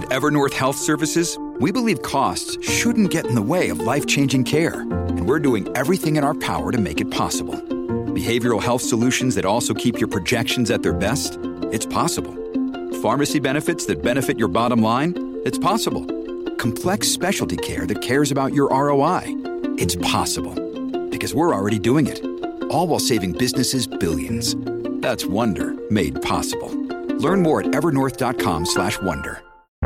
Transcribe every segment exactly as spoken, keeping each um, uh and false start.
Evernorth Health Services, we believe costs shouldn't get in the way of life-changing care, and we're doing everything in our power to make it possible. Behavioral health solutions that also keep your projections at their best? It's possible. Pharmacy benefits that benefit your bottom line? It's possible. Complex specialty care that cares about your R O I? It's possible. Because we're already doing it. All while saving businesses billions. That's Wonder made possible. Learn more at evernorth.com slash wonder.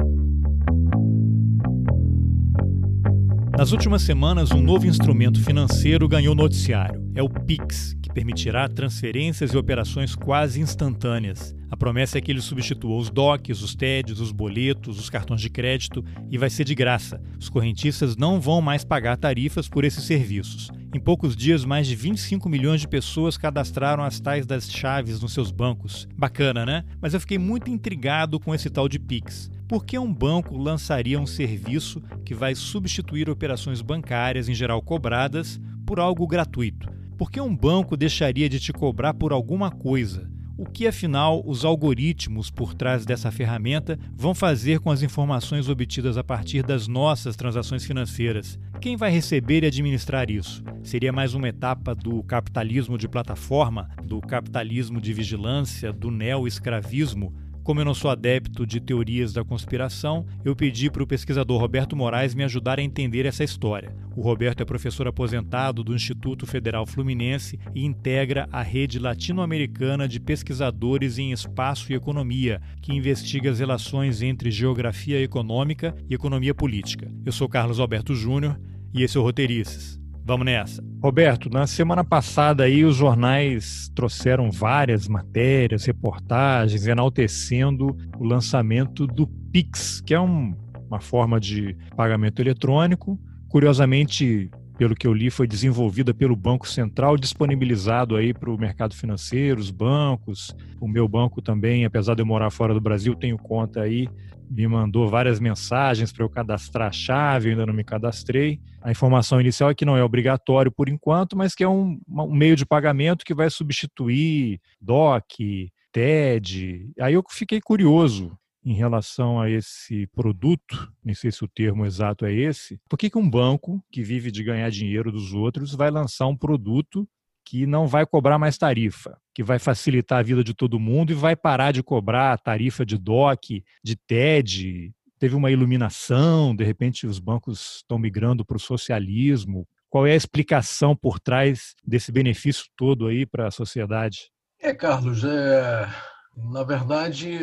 Nas últimas semanas, um novo instrumento financeiro ganhou noticiário. É o Pix, que permitirá transferências e operações quase instantâneas. A promessa é que ele substitua os D O Cs, os T E Ds, os boletos, os cartões de crédito e vai ser de graça. Os correntistas não vão mais pagar tarifas por esses serviços. Em poucos dias, mais de vinte e cinco milhões de pessoas cadastraram as tais das chaves nos seus bancos. Bacana, né? Mas eu fiquei muito intrigado com esse tal de Pix. Por que um banco lançaria um serviço que vai substituir operações bancárias, em geral cobradas, por algo gratuito? Por que um banco deixaria de te cobrar por alguma coisa? O que, afinal, os algoritmos por trás dessa ferramenta vão fazer com as informações obtidas a partir das nossas transações financeiras? Quem vai receber e administrar isso? Seria mais uma etapa do capitalismo de plataforma, do capitalismo de vigilância, do neo-escravismo? Como eu não sou adepto de teorias da conspiração, eu pedi para o pesquisador Roberto Moraes me ajudar a entender essa história. O Roberto é professor aposentado do Instituto Federal Fluminense e integra a rede latino-americana de pesquisadores em espaço e economia, que investiga as relações entre geografia econômica e economia política. Eu sou Carlos Alberto Júnior e esse é o Roteirices. Vamos nessa. Roberto, na semana passada aí os jornais trouxeram várias matérias, reportagens, enaltecendo o lançamento do Pix, que é um, uma forma de pagamento eletrônico. Curiosamente, pelo que eu li, foi desenvolvida pelo Banco Central, disponibilizado aí para o mercado financeiro, os bancos. O meu banco também, apesar de eu morar fora do Brasil, tenho conta aí, me mandou várias mensagens para eu cadastrar a chave, eu ainda não me cadastrei. A informação inicial é que não é obrigatório por enquanto, mas que é um, um meio de pagamento que vai substituir D O C, T E D. Aí eu fiquei curioso em relação a esse produto, nem sei se o termo exato é esse. Por que que um banco que vive de ganhar dinheiro dos outros vai lançar um produto que não vai cobrar mais tarifa, que vai facilitar a vida de todo mundo e vai parar de cobrar a tarifa de D O C, de T E D? Teve uma iluminação, de repente os bancos estão migrando para o socialismo. Qual é a explicação por trás desse benefício todo aí para a sociedade? É, Carlos, é, na verdade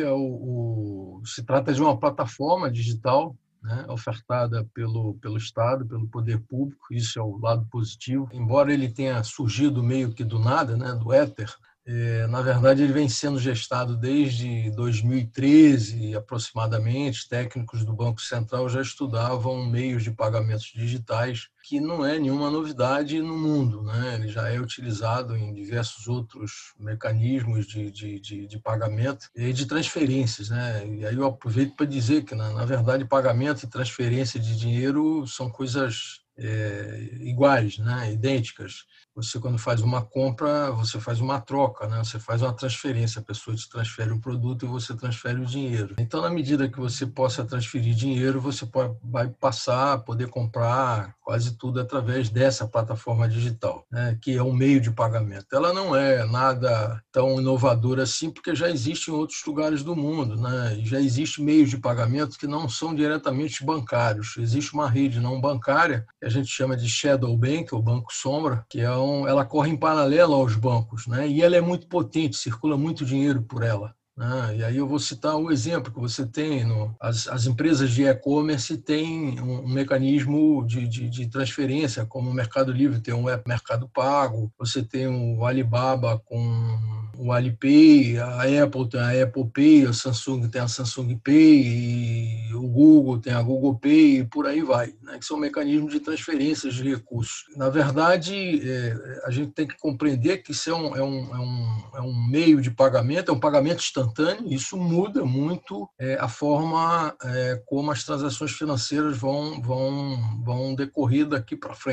o, o, se trata de uma plataforma digital, né, ofertada pelo, pelo Estado, pelo poder público. Isso é o lado positivo. Embora ele tenha surgido meio que do nada, né, do éter, é, na verdade ele vem sendo gestado desde dois mil e treze, aproximadamente. Técnicos do Banco Central já estudavam meios de pagamentos digitais, que não é nenhuma novidade no mundo, né? Ele já é utilizado em diversos outros mecanismos de, de, de, de pagamento e de transferências, né? E aí eu aproveito para dizer que, na, na verdade, pagamento e transferência de dinheiro são coisas é, iguais, né? Idênticas. Você, quando faz uma compra, você faz uma troca, né? Você faz uma transferência, a pessoa te transfere o produto e você transfere o dinheiro. Então, na medida que você possa transferir dinheiro, você pode, vai passar a poder comprar quase tudo através dessa plataforma digital, né? Que é um meio de pagamento. Ela não é nada tão inovadora assim, porque já existe em outros lugares do mundo, né? E já existem meios de pagamento que não são diretamente bancários. Existe uma rede não bancária, que a gente chama de Shadow Bank, ou Banco Sombra, que é um, ela corre em paralelo aos bancos, né? E ela é muito potente, circula muito dinheiro por ela. Ah, e aí eu vou citar o exemplo que você tem. No, as, as empresas de e-commerce têm um, um mecanismo de, de, de transferência, como o Mercado Livre tem um app Mercado Pago, você tem o Alibaba com o Alipay, a Apple tem a Apple Pay, a Samsung tem a Samsung Pay, e o Google tem a Google Pay, e por aí vai, né? Que são mecanismos de transferências de recursos. Na verdade, é, a gente tem que compreender que isso é um, é um, é um, é um meio de pagamento, é um pagamento instantâneo. Isso muda muito é, a forma é, como as transações financeiras vão, vão, vão decorrer daqui para frente.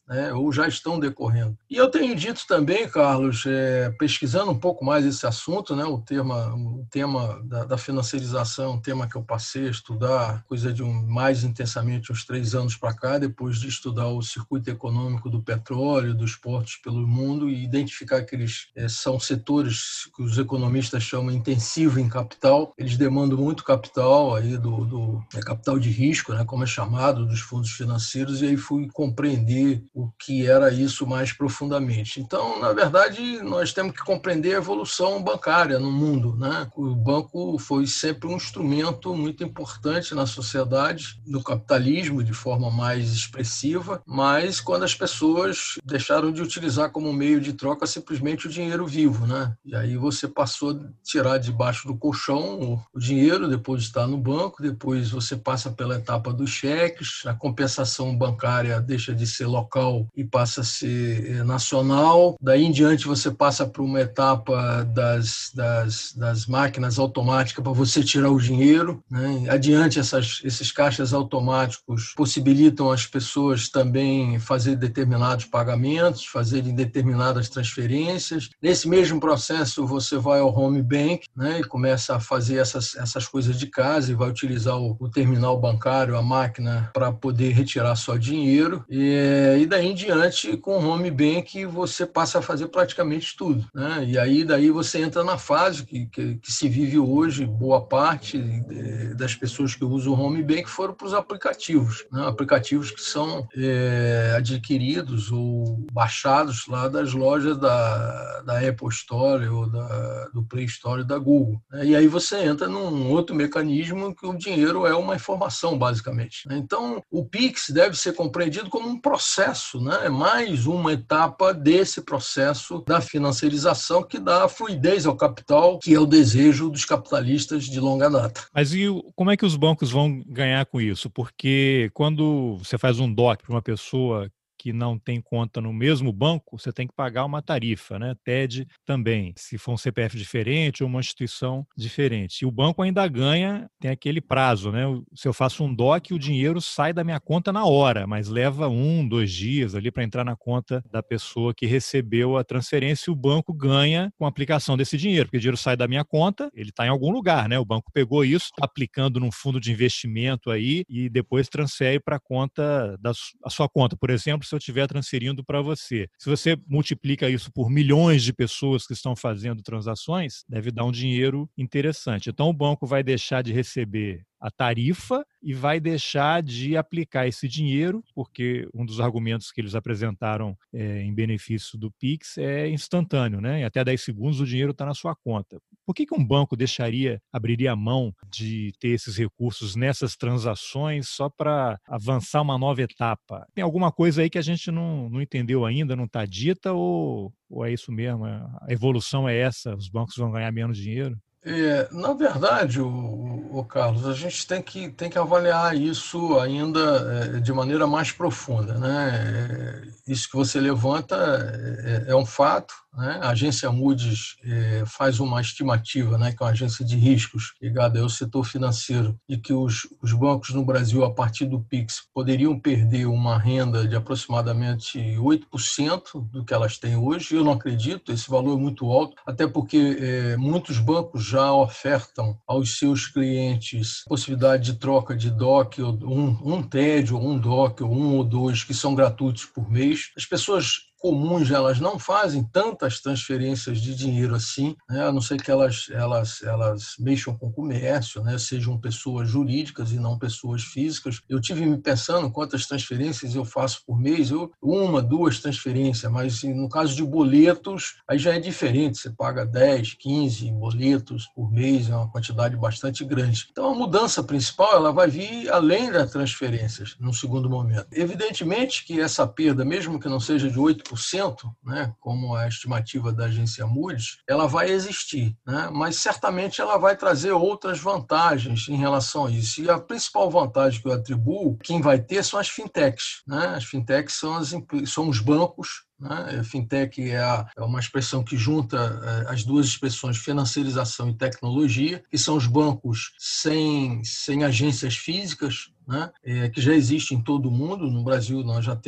né, ou já estão decorrendo. E eu tenho dito também, Carlos, é, pesquisando um pouco mais esse assunto, né, o tema, o tema da, da financiarização, um tema que eu passei a estudar, coisa de um, mais intensamente uns três anos para cá, depois de estudar o circuito econômico do petróleo, dos portos pelo mundo e identificar que eles é, são setores que os economistas chamam intensivo em capital, eles demandam muito capital, aí do, do é, capital de risco, né, como é chamado, dos fundos financeiros, e aí fui compreender o que era isso mais profundamente. Então, na verdade, nós temos que compreender a evolução bancária no mundo, né? O banco foi sempre um instrumento muito importante na sociedade, no capitalismo, de forma mais expressiva, mas quando as pessoas deixaram de utilizar como meio de troca simplesmente o dinheiro vivo, né? E aí você passou a tirar debaixo do colchão o dinheiro, depositar no banco, depois você passa pela etapa dos cheques, a compensação bancária deixa de ser local e passa a ser nacional, daí em diante você passa para uma etapa das, das, das máquinas automáticas para você tirar o dinheiro, né? Adiante essas, esses caixas automáticos possibilitam as pessoas também fazer determinados pagamentos, fazerem determinadas transferências. Nesse mesmo processo você vai ao home bank, né, e começa a fazer essas, essas coisas de casa e vai utilizar o, o terminal bancário, a máquina, para poder retirar só dinheiro. E, e daí em diante, com o home bank, você passa a fazer praticamente tudo, né? E aí daí você entra na fase que, que, que se vive hoje, boa parte das pessoas que usam o home bank foram para os aplicativos, né? Aplicativos que são é, adquiridos ou baixados lá das lojas da, da Apple Store ou da, do Play Store da Google, né? E aí você entra num outro mecanismo que o dinheiro é uma informação, basicamente, né? Então, o Pix deve ser compreendido como um processo, né? É mais uma etapa desse processo da financiarização que dá fluidez ao capital, que é o desejo dos capitalistas de longa data. Mas e como é que os bancos vão ganhar com isso? Porque quando você faz um D O C para uma pessoa que não tem conta no mesmo banco, você tem que pagar uma tarifa, né? T E D também, se for um C P F diferente ou uma instituição diferente. E o banco ainda ganha, tem aquele prazo, né? Se eu faço um D O C, o dinheiro sai da minha conta na hora, mas leva um, dois dias ali para entrar na conta da pessoa que recebeu a transferência e o banco ganha com a aplicação desse dinheiro, porque o dinheiro sai da minha conta, ele está em algum lugar, né? O banco pegou isso, está aplicando num fundo de investimento aí e depois transfere para a conta da a sua conta, por exemplo, se eu estiver transferindo para você. Se você multiplica isso por milhões de pessoas que estão fazendo transações, deve dar um dinheiro interessante. Então, o banco vai deixar de receber a tarifa e vai deixar de aplicar esse dinheiro, porque um dos argumentos que eles apresentaram é, em benefício do Pix é instantâneo, né? Em até dez segundos o dinheiro está na sua conta. Por que que um banco deixaria, abriria a mão de ter esses recursos nessas transações só para avançar uma nova etapa? Tem alguma coisa aí que a gente não, não entendeu ainda, não está dita, ou, ou é isso mesmo? A evolução é essa? Os bancos vão ganhar menos dinheiro? É, na verdade, o, o Carlos, a gente tem que, tem que avaliar isso ainda é, de maneira mais profunda, né? É, isso que você levanta é, é um fato, né? A agência Moody's é, faz uma estimativa, né, que é uma agência de riscos ligada ao setor financeiro, de que os, os bancos no Brasil, a partir do Pix, poderiam perder uma renda de aproximadamente oito por cento do que elas têm hoje. Eu não acredito, esse valor é muito alto, até porque é, muitos bancos já ofertam aos seus clientes possibilidade de troca de D O C, um, um T E D, ou um D O C, ou um ou dois, que são gratuitos por mês. As pessoas comuns, elas não fazem tantas transferências de dinheiro assim, né? A não ser que elas, elas, elas mexam com comércio, né? Sejam pessoas jurídicas e não pessoas físicas. Eu tive me pensando quantas transferências eu faço por mês, eu, uma, duas transferências, mas no caso de boletos, aí já é diferente, você paga dez, quinze boletos por mês, é uma quantidade bastante grande. Então a mudança principal, ela vai vir além das transferências, num segundo momento. Evidentemente que essa perda, mesmo que não seja de oito por cento, né, como a estimativa da agência Moody's, ela vai existir, né, mas certamente ela vai trazer outras vantagens em relação a isso. E a principal vantagem que eu atribuo, quem vai ter são as fintechs, né? As fintechs são, as, são os bancos, né? Fintech é, a, é uma expressão que junta é, as duas expressões financiarização e tecnologia, que são os bancos sem, sem agências físicas, né? É, que já existem em todo o mundo. No Brasil nós já temos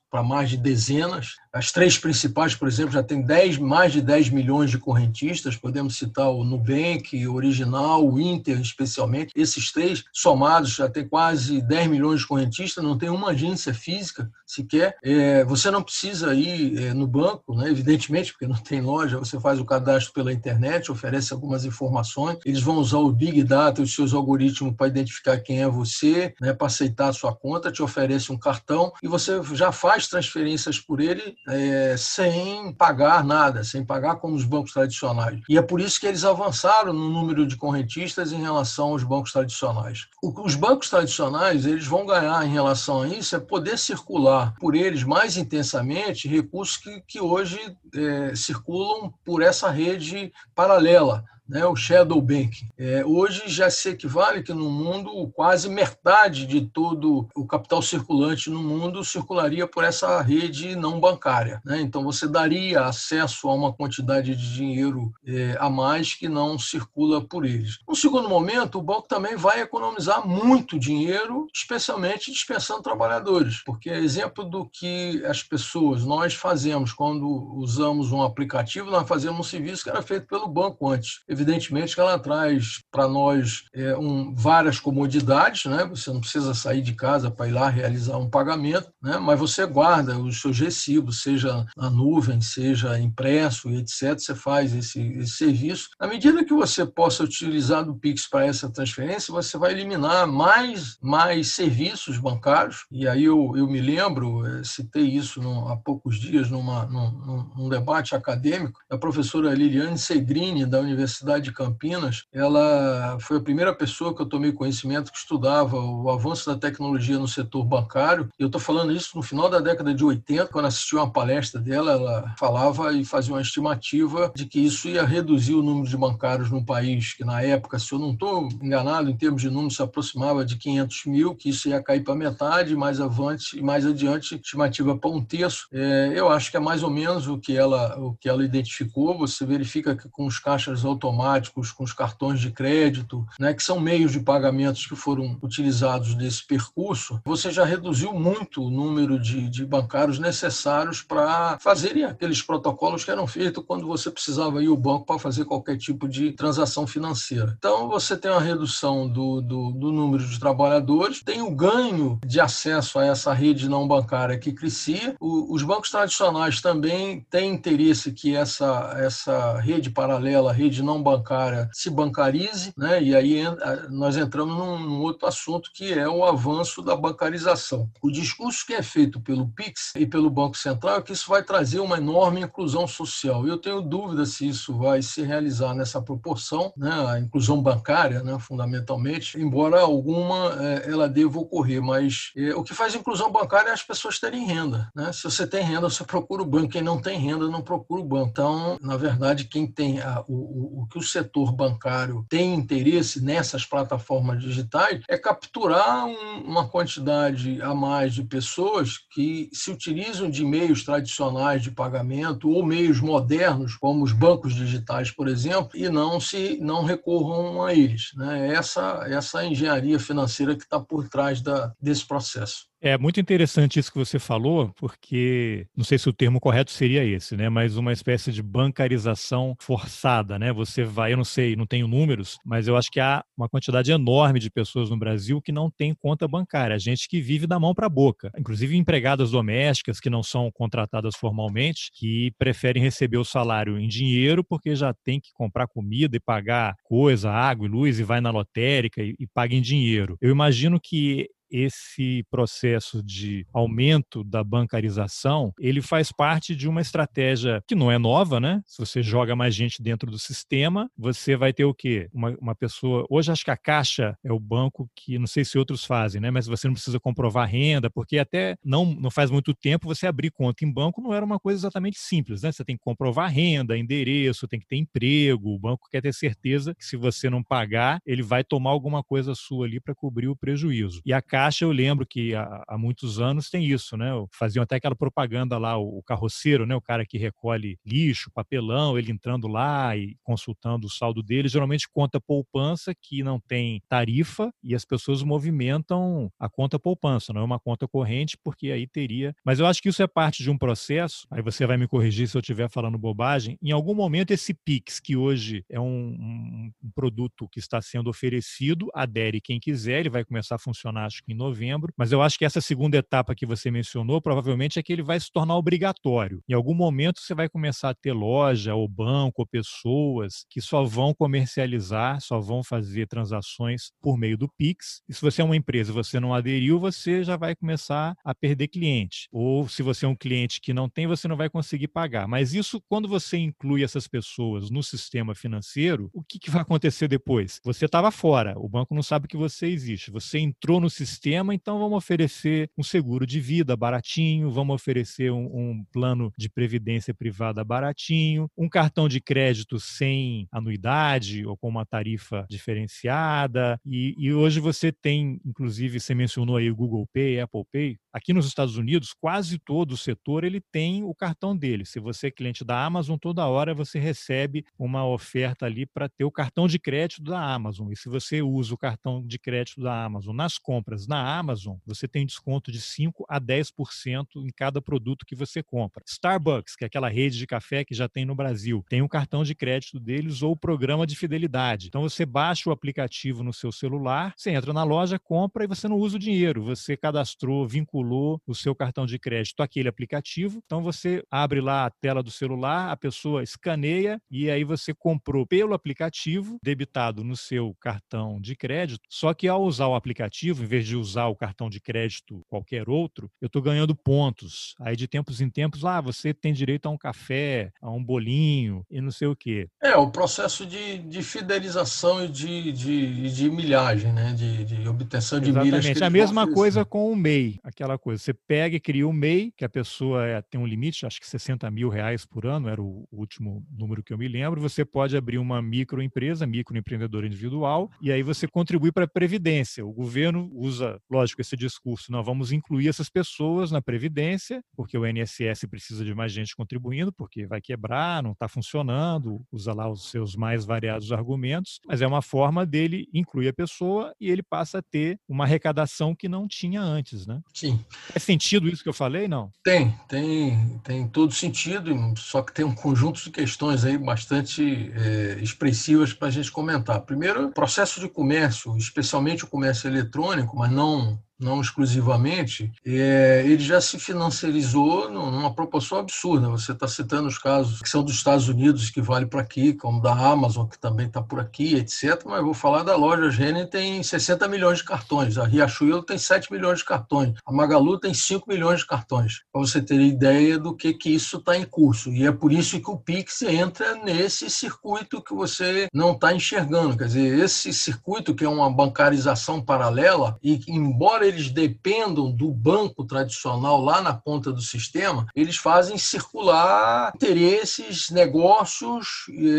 para mais de dezenas. As três principais, por exemplo, já tem dez, mais de dez milhões de correntistas. Podemos citar o Nubank, o Original, o Inter, especialmente. Esses três somados já tem quase dez milhões de correntistas, não tem uma agência física sequer. É, você não precisa ir é, no banco, né? Evidentemente, porque não tem loja, você faz o cadastro pela internet, oferece algumas informações, eles vão usar o Big Data, os seus algoritmos para identificar quem é você, né? Para aceitar a sua conta, te oferece um cartão e você já faz transferências por ele é, sem pagar nada, sem pagar como os bancos tradicionais. E é por isso que eles avançaram no número de correntistas em relação aos bancos tradicionais. O, os bancos tradicionais, eles vão ganhar em relação a isso é poder circular por eles mais intensamente recursos que, que hoje é, circulam por essa rede paralela, né, o shadow banking. É, hoje já se equivale que no mundo quase metade de todo o capital circulante no mundo circularia por essa rede não bancária, né? Então você daria acesso a uma quantidade de dinheiro é, a mais que não circula por eles. No segundo momento, o banco também vai economizar muito dinheiro, especialmente dispensando trabalhadores, porque é exemplo do que as pessoas, nós fazemos quando usamos um aplicativo, nós fazemos um serviço que era feito pelo banco antes. Evidentemente que ela traz para nós é, um, várias comodidades, né? Você não precisa sair de casa para ir lá realizar um pagamento, né? Mas você guarda os seus recibos, seja na nuvem, seja impresso e etcétera. Você faz esse, esse serviço. À medida que você possa utilizar do Pix para essa transferência, você vai eliminar mais, mais serviços bancários. E aí eu, eu me lembro, é, citei isso no, há poucos dias numa, num, num debate acadêmico, a professora Liliane Segrini, da Universidade de Campinas. Ela foi a primeira pessoa que eu tomei conhecimento que estudava o avanço da tecnologia no setor bancário. Eu estou falando isso no final da década de oitenta, quando assisti uma palestra dela, ela falava e fazia uma estimativa de que isso ia reduzir o número de bancários no país, que na época, se eu não estou enganado, em termos de número, se aproximava de quinhentos mil, que isso ia cair para metade, mais avante, mais adiante, estimativa para um terço. É, eu acho que é mais ou menos o que ela, o que ela identificou. Você verifica que com os caixas automáticos, com os cartões de crédito, né, que são meios de pagamentos que foram utilizados nesse percurso, você já reduziu muito o número de, de bancários necessários para fazerem aqueles protocolos que eram feitos quando você precisava ir ao banco para fazer qualquer tipo de transação financeira. Então, você tem uma redução do, do, do número de trabalhadores, tem o ganho de acesso a essa rede não bancária que crescia. O, os bancos tradicionais também têm interesse que essa, essa rede paralela, rede não bancária se bancarize, né? E aí nós entramos num, num outro assunto que é o avanço da bancarização. O discurso que é feito pelo Pix e pelo Banco Central é que isso vai trazer uma enorme inclusão social. Eu tenho dúvida se isso vai se realizar nessa proporção, né? A inclusão bancária, né? Fundamentalmente, embora alguma é, ela deva ocorrer, mas é, o que faz inclusão bancária é as pessoas terem renda, né? Se você tem renda, você procura o banco. Quem não tem renda, não procura o banco. Então, na verdade, quem tem a, o, o que o setor bancário tem interesse nessas plataformas digitais é capturar um, uma quantidade a mais de pessoas que se utilizam de meios tradicionais de pagamento ou meios modernos, como os bancos digitais, por exemplo, e não se não recorram a eles, né? Essa, essa engenharia financeira que está por trás da, desse processo. É muito interessante isso que você falou, porque não sei se o termo correto seria esse, né? Mas uma espécie de bancarização forçada, né? Você vai, eu não sei, não tenho números, mas eu acho que há uma quantidade enorme de pessoas no Brasil que não tem conta bancária, gente que vive da mão para a boca, inclusive empregadas domésticas que não são contratadas formalmente, que preferem receber o salário em dinheiro porque já tem que comprar comida e pagar coisa, água e luz e vai na lotérica e, e paga em dinheiro. Eu imagino que esse processo de aumento da bancarização, ele faz parte de uma estratégia que não é nova, né? Se você joga mais gente dentro do sistema, você vai ter o quê? Uma, uma pessoa... Hoje acho que a Caixa é o banco que, não sei se outros fazem, né? Mas você não precisa comprovar renda, porque até não, não faz muito tempo você abrir conta em banco não era uma coisa exatamente simples, né? Você tem que comprovar renda, endereço, tem que ter emprego, o banco quer ter certeza que se você não pagar, ele vai tomar alguma coisa sua ali para cobrir o prejuízo. E a Caixa, eu lembro que há, há muitos anos tem isso, né? Faziam até aquela propaganda lá, o, o carroceiro, né? O cara que recolhe lixo, papelão, ele entrando lá e consultando o saldo dele, geralmente conta poupança que não tem tarifa e as pessoas movimentam a conta poupança, não é uma conta corrente, porque aí teria... Mas eu acho que isso é parte de um processo, aí você vai me corrigir se eu estiver falando bobagem, em algum momento esse Pix, que hoje é um, um, um produto que está sendo oferecido, adere quem quiser, ele vai começar a funcionar acho que em novembro, mas eu acho que essa segunda etapa que você mencionou, provavelmente é que ele vai se tornar obrigatório. Em algum momento você vai começar a ter loja, ou banco, ou pessoas que só vão comercializar, só vão fazer transações por meio do Pix. E se você é uma empresa e você não aderiu, você já vai começar a perder cliente. Ou se você é um cliente que não tem, você não vai conseguir pagar. Mas isso, quando você inclui essas pessoas no sistema financeiro, o que, que vai acontecer depois? Você estava fora, o banco não sabe que você existe. Você entrou no sistema, então vamos oferecer um seguro de vida baratinho, vamos oferecer um, um plano de previdência privada baratinho, um cartão de crédito sem anuidade ou com uma tarifa diferenciada. E, e hoje você tem, inclusive, você mencionou aí o Google Pay, Apple Pay. Aqui nos Estados Unidos, quase todo o setor ele tem o cartão dele. Se você é cliente da Amazon, toda hora você recebe uma oferta ali para ter o cartão de crédito da Amazon. E se você usa o cartão de crédito da Amazon nas compras na Amazon, você tem desconto de cinco a dez por cento em cada produto que você compra. Starbucks, que é aquela rede de café que já tem no Brasil, tem um cartão de crédito deles ou o programa de fidelidade. Então você baixa o aplicativo no seu celular, você entra na loja, compra e você não usa o dinheiro. Você cadastrou, vinculou o seu cartão de crédito àquele aplicativo. Então você abre lá a tela do celular, a pessoa escaneia e aí você comprou pelo aplicativo, debitado no seu cartão de crédito. Só que ao usar o aplicativo, em vez de usar o cartão de crédito qualquer outro, eu estou ganhando pontos. Aí de tempos em tempos, lá ah, você tem direito a um café, a um bolinho e não sei o quê. É, o processo de, de fidelização e de, de, de milhagem, né? de, de obtenção de milhas que Exatamente. A eles mesma vão coisa oferecer. com o M E I, aquela coisa. Você pega e cria o M E I, que a pessoa é, tem um limite, acho que sessenta mil reais por ano, era o último número que eu me lembro. Você pode abrir uma microempresa, microempreendedor individual, e aí você contribui para a Previdência. O governo usa, lógico, esse discurso, não, vamos incluir essas pessoas na Previdência, porque o I N S S precisa de mais gente contribuindo, porque vai quebrar, não está funcionando, usa lá os seus mais variados argumentos, mas é uma forma dele incluir a pessoa e ele passa a ter uma arrecadação que não tinha antes, né? Sim. Faz sentido isso que eu falei, não? Tem, tem, tem todo sentido, só que tem um conjunto de questões aí bastante é, expressivas para a gente comentar. Primeiro, o processo de comércio, especialmente o comércio eletrônico, mas não não exclusivamente, é, ele já se financiarizou numa proporção absurda. Você está citando os casos que são dos Estados Unidos, que vale para aqui, como da Amazon, que também está por aqui, etcétera. Mas eu vou falar da loja Renner, tem sessenta milhões de cartões, a Riachuelo tem sete milhões de cartões, a Magalu tem cinco milhões de cartões, para você ter ideia do que, que isso está em curso. E é por isso que o Pix entra nesse circuito que você não está enxergando. Quer dizer, esse circuito, que é uma bancarização paralela, e embora eles dependam do banco tradicional lá na ponta do sistema, eles fazem circular interesses, negócios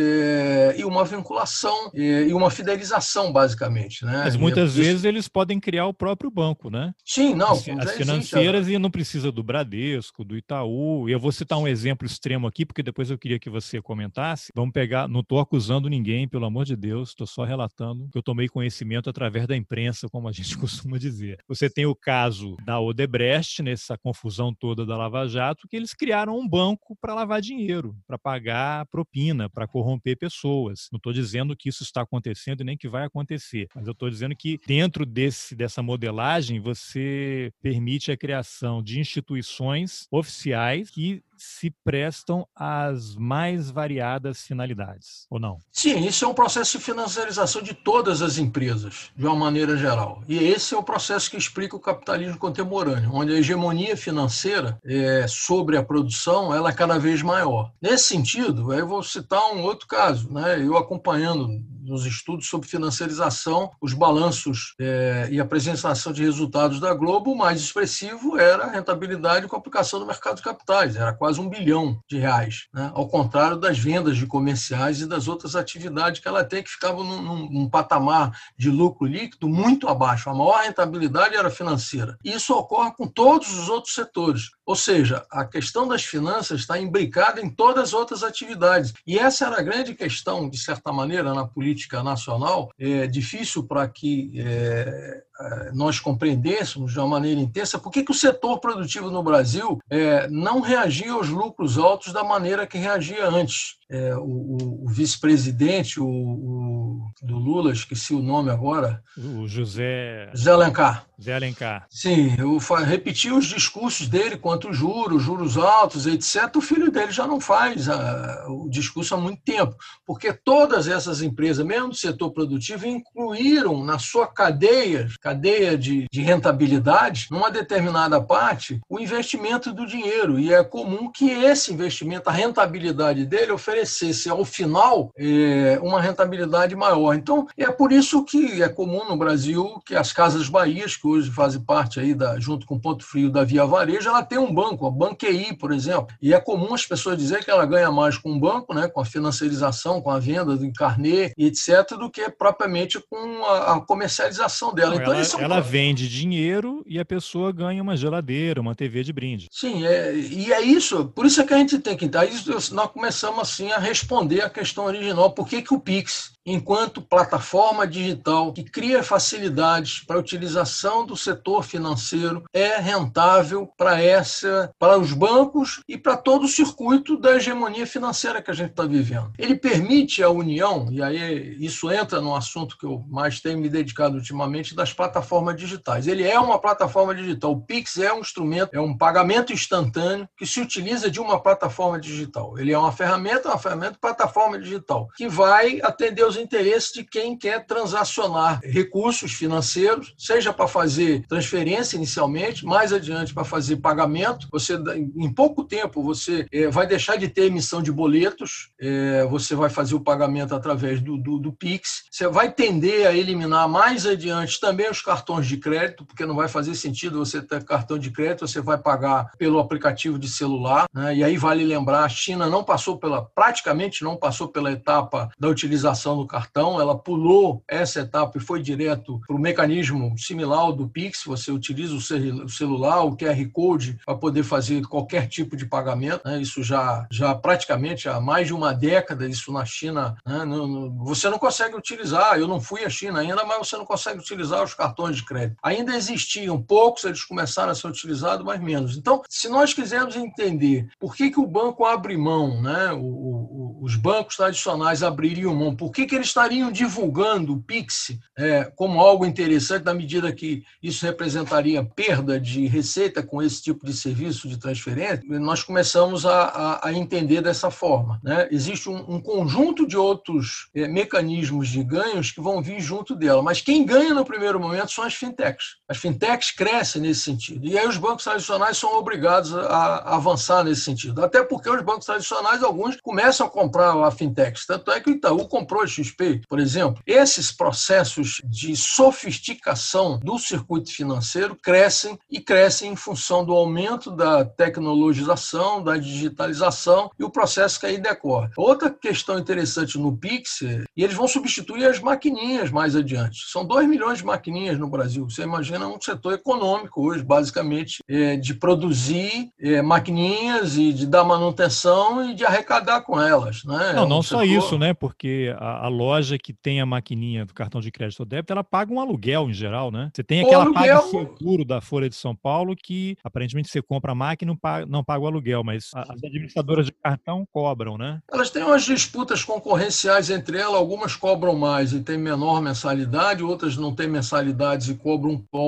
é, e uma vinculação é, e uma fidelização, basicamente. Né? Mas muitas é vezes eles podem criar o próprio banco, né? Sim, não. As, as financeiras existe, e não precisa do Bradesco, do Itaú. E eu vou citar um exemplo extremo aqui, porque depois eu queria que você comentasse. Vamos pegar, não estou acusando ninguém, pelo amor de Deus, estou só relatando que eu tomei conhecimento através da imprensa, como a gente costuma dizer. Você tem o caso da Odebrecht, nessa confusão toda da Lava Jato, que eles criaram um banco para lavar dinheiro, para pagar propina, para corromper pessoas. Não estou dizendo que isso está acontecendo e nem que vai acontecer, mas eu estou dizendo que dentro desse, dessa modelagem você permite a criação de instituições oficiais que se prestam às mais variadas finalidades, ou não? Sim, isso é um processo de financiarização de todas as empresas, de uma maneira geral. E esse é o processo que explica o capitalismo contemporâneo, onde a hegemonia financeira é, sobre a produção ela é cada vez maior. Nesse sentido, aí eu vou citar um outro caso, né? Eu acompanhando nos estudos sobre financiarização, os balanços é, e a apresentação de resultados da Globo, o mais expressivo era a rentabilidade com a aplicação do mercado de capitais, era quase um bilhão de reais, né? Ao contrário das vendas de comerciais e das outras atividades que ela tem, que ficavam num, num, num patamar de lucro líquido muito abaixo. A maior rentabilidade era financeira. Isso ocorre com todos os outros setores. Ou seja, a questão das finanças está imbricada em todas as outras atividades. E essa era a grande questão, de certa maneira, na política nacional. É difícil para que é, nós compreendêssemos de uma maneira intensa por que, que o setor produtivo no Brasil é, não reagia aos lucros altos da maneira que reagia antes. É, o, o, o vice-presidente o, o, do Lula, esqueci o nome agora. O José... José Alencar. José Alencar. Sim, eu repeti os discursos dele quanto juros, juros altos, etcétera. O filho dele já não faz a, o discurso há muito tempo, porque todas essas empresas, mesmo do setor produtivo, incluíram na sua cadeia, cadeia de, de rentabilidade, numa determinada parte, o investimento do dinheiro. E é comum que esse investimento, a rentabilidade dele, oferecesse ao final é, uma rentabilidade maior. Então, é por isso que é comum no Brasil que as Casas Bahias, que hoje fazem parte aí da, junto com o Ponto Frio da Via Varejo, ela tem um banco, a Banqui, por exemplo. E é comum as pessoas dizerem que ela ganha mais com o banco, né, com a financiarização, com a venda do carnê, etcétera, do que propriamente com a, a comercialização dela. Não, então, ela, isso é um... ela vende dinheiro e a pessoa ganha uma geladeira, uma T V de brinde. Sim, é, e é isso. Por isso é que a gente tem que entrar. Isso, nós começamos assim a responder a questão original. Por que que o Pix, enquanto plataforma digital que cria facilidades para a utilização do setor financeiro, é rentável para essa, para os bancos e para todo o circuito da hegemonia financeira que a gente está vivendo? Ele permite a união, e aí isso entra no assunto que eu mais tenho me dedicado ultimamente, das plataformas digitais. Ele é uma plataforma digital. O Pix é um instrumento, é um pagamento instantâneo que se utiliza de uma plataforma digital. Ele é uma ferramenta, uma ferramenta plataforma digital, que vai atender os interesses de quem quer transacionar recursos financeiros, seja para fazer transferência inicialmente, mais adiante para fazer pagamento. Você, em pouco tempo, você é, vai deixar de ter emissão de boletos, é, você vai fazer o pagamento através do, do, do Pix, você vai tender a eliminar mais adiante também os cartões de crédito, porque não vai fazer sentido você ter cartão de crédito, você vai pagar pelo aplicativo de celular, né? E aí vale lembrar, a China não passou pela, praticamente não passou pela etapa da utilização do cartão, ela pulou essa etapa e foi direto para o mecanismo similar ao do Pix. Você utiliza o celular, o Q R Code, para poder fazer qualquer tipo de pagamento, né? Isso já, já praticamente há mais de uma década, isso na China, né? não, não, você não consegue utilizar, eu não fui à China ainda, mas você não consegue utilizar os cartões de crédito. Ainda existiam poucos, eles começaram a ser utilizados, mas menos. Então, se nós quisermos entender por que, que o banco abre mão, né? o, o, os bancos tradicionais abririam mão, por que, que eles estariam divulgando o Pix é, como algo interessante, na medida que isso representaria perda de receita com esse tipo de serviço de transferência, nós começamos a, a, a entender dessa forma, né? Existe um, um conjunto de outros é, mecanismos de ganhos que vão vir junto dela, mas quem ganha no primeiro momento são as fintechs. As fintechs crescem nesse sentido, e aí os bancos tradicionais são obrigados a, a avançar nesse sentido, até porque os bancos tradicionais, alguns, começam a comprar a fintechs, tanto é que o Itaú comprou a X P, por exemplo. Esses processos de sofisticação do circuito financeiro crescem e crescem em função do aumento da tecnologização, da digitalização e o processo que aí decorre. Outra questão interessante no Pix, e eles vão substituir as maquininhas mais adiante. São dois milhões de maquininhas no Brasil. Você imagina um setor econômico hoje, basicamente, é, de produzir é, maquininhas e de dar manutenção e de arrecadar com elas, né? Não, é um não setor... só isso, né? Porque a, a loja que tem a maquininha do cartão de crédito ou débito, ela paga um aluguel em geral, né? Você tem aquela aluguel... PagSeguro da Folha de São Paulo que, aparentemente, você compra a máquina e não paga, não paga o aluguel, mas as administradoras de cartão cobram, né? Elas têm umas disputas concorrenciais entre elas, algumas cobram mais e têm menor mensalidade, outras não têm mensalidades e cobram um toll maior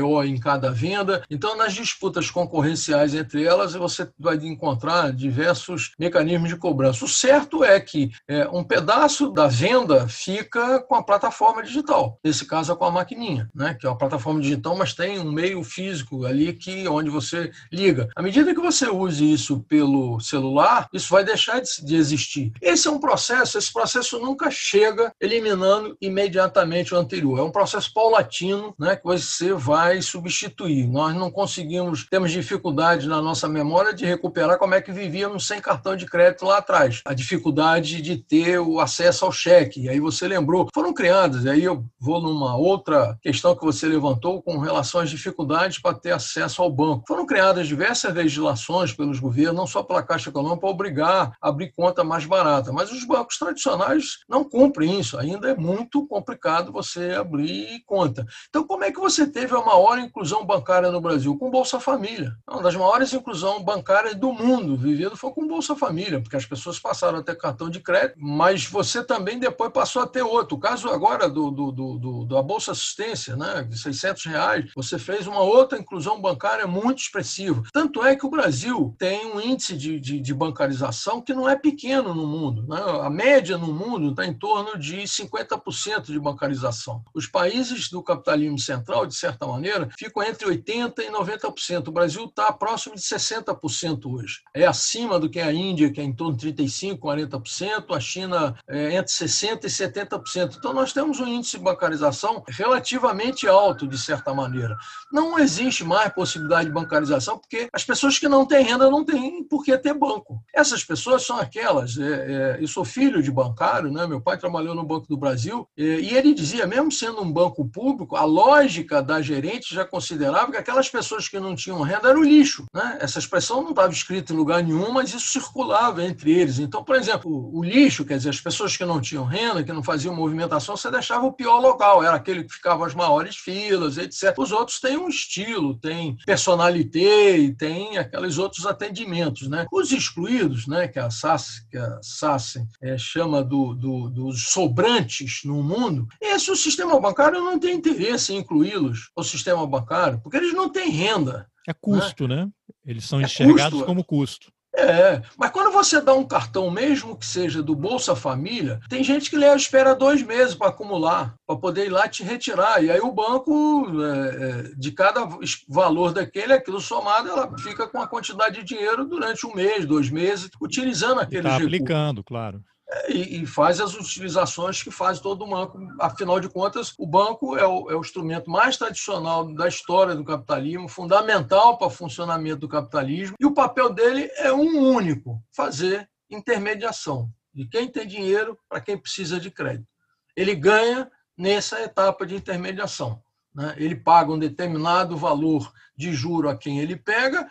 maior em cada venda. Então, nas disputas concorrenciais entre elas, você vai encontrar diversos mecanismos de cobrança. O certo é que é, um pedaço da venda fica com a plataforma digital, nesse caso é com a maquininha, né? Que é uma plataforma digital, mas tem um meio físico ali que, onde você liga. À medida que você use isso pelo celular, isso vai deixar de, de existir. Esse é um processo, esse processo nunca chega eliminando imediatamente o anterior. É um processo paulatino, né, que você vai substituir. Nós não conseguimos, temos dificuldade na nossa memória de recuperar como é que vivíamos sem cartão de crédito lá atrás. A dificuldade de ter o acesso ao cheque. E aí você lembrou, foram criadas, e aí eu vou numa outra questão que você levantou com relação às dificuldades para ter acesso ao banco. Foram criadas diversas legislações pelos governos, não só pela Caixa Econômica, para obrigar a abrir conta mais barata. Mas os bancos tradicionais não cumprem isso. Ainda é muito complicado você abrir conta. Então, como é que você teve a maior inclusão bancária no Brasil? Com Bolsa Família. Uma das maiores inclusões bancárias do mundo vivido foi com Bolsa Família, porque as pessoas passaram a ter cartão de crédito, mas você também depois passou a ter outro. O caso agora do, do, do, do, da Bolsa Assistência, né, de seiscentos reais, você fez uma outra inclusão bancária muito expressiva. Tanto é que o Brasil tem um índice de, de, de bancarização que não é pequeno no mundo, né? A média no mundo está em torno de cinquenta por cento de bancarização. Os países do capitalismo central, de certa maneira, ficam entre oitenta por cento e noventa por cento. O Brasil está próximo de sessenta por cento hoje. É acima do que a Índia, que é em torno de trinta e cinco por cento, quarenta por cento, a China é entre sessenta por cento e setenta por cento. Então, nós temos um índice de bancarização relativamente alto, de certa maneira. Não existe mais possibilidade de bancarização, porque as pessoas que não têm renda não têm por que ter banco. Essas pessoas são aquelas... É, é, eu sou filho de bancário, né? Meu pai trabalhou no Banco do Brasil, é, e ele dizia, mesmo sendo um banco público, a lógica da gerente já considerava que aquelas pessoas que não tinham renda eram lixo, né? Essa expressão não estava escrita em lugar nenhum, mas isso circulava entre eles. Então, por exemplo, o, o lixo, quer dizer, as pessoas que não tinham renda, que não faziam movimentação, você deixava o pior local, era aquele que ficava as maiores filas, etcétera. Os outros têm um estilo, têm personalité e têm aqueles outros atendimentos, né? Os excluídos, né, que a SACE, que a SACE é, chama do, do, dos sobrantes no mundo, esse o sistema bancário não tem interesse em incluí-los ao sistema bancário, porque eles não têm renda. É custo, né? né? Eles são é enxergados custo. como custo. É, mas quando você dá um cartão, mesmo que seja do Bolsa Família, tem gente que leva, espera dois meses para acumular, para poder ir lá te retirar. E aí o banco, é, de cada valor daquele, aquilo somado, ela fica com a quantidade de dinheiro durante um mês, dois meses, utilizando aqueles recursos. Está aplicando, claro. E, e faz as utilizações que faz todo o banco. Afinal de contas, o banco é o, é o instrumento mais tradicional da história do capitalismo, fundamental para o funcionamento do capitalismo, e o papel dele é um único: fazer intermediação de quem tem dinheiro para quem precisa de crédito. Ele ganha nessa etapa de intermediação, né? Ele paga um determinado valor de juro a quem ele pega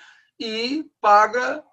e paga...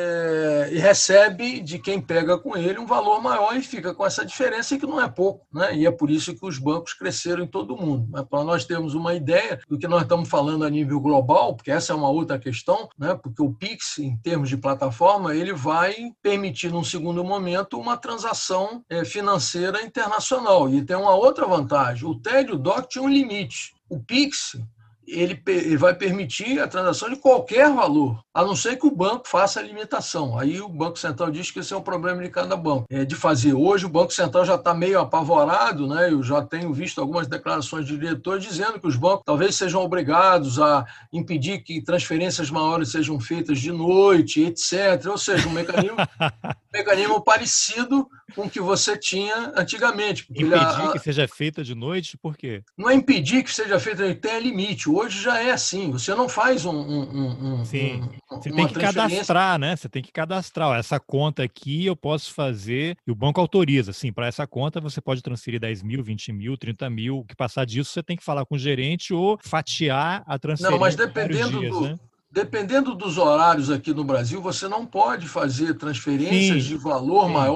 É, e recebe de quem pega com ele um valor maior e fica com essa diferença que não é pouco, né? E é por isso que os bancos cresceram em todo o mundo. Mas para nós termos uma ideia do que nós estamos falando a nível global, porque essa é uma outra questão, né? Porque o Pix, em termos de plataforma, ele vai permitir, num segundo momento, uma transação é, financeira internacional. E tem uma outra vantagem: o T E D e o D O C tinham um limite. O Pix... Ele, ele vai permitir a transação de qualquer valor, a não ser que o banco faça a limitação. Aí o Banco Central diz que esse é um problema de cada banco, é, de fazer. Hoje o Banco Central já está meio apavorado, né? Eu já tenho visto algumas declarações de diretores dizendo que os bancos talvez sejam obrigados a impedir que transferências maiores sejam feitas de noite, etcétera. Ou seja, um mecanismo, um mecanismo parecido com o que você tinha antigamente. Impedir ele, a, que seja feita de noite, por quê? Não é impedir que seja feita, tem limite. Hoje já é assim, você não faz um... um, um Sim, um, você tem que cadastrar, né? Você tem que cadastrar. Ó, essa conta aqui eu posso fazer, e o banco autoriza, assim, para essa conta você pode transferir dez mil, vinte mil, trinta mil, o que passar disso você tem que falar com o gerente ou fatiar a transferência. Não, mas dependendo dias, do... né? Dependendo dos horários aqui no Brasil, você não pode fazer transferências Sim. de valor Sim. maior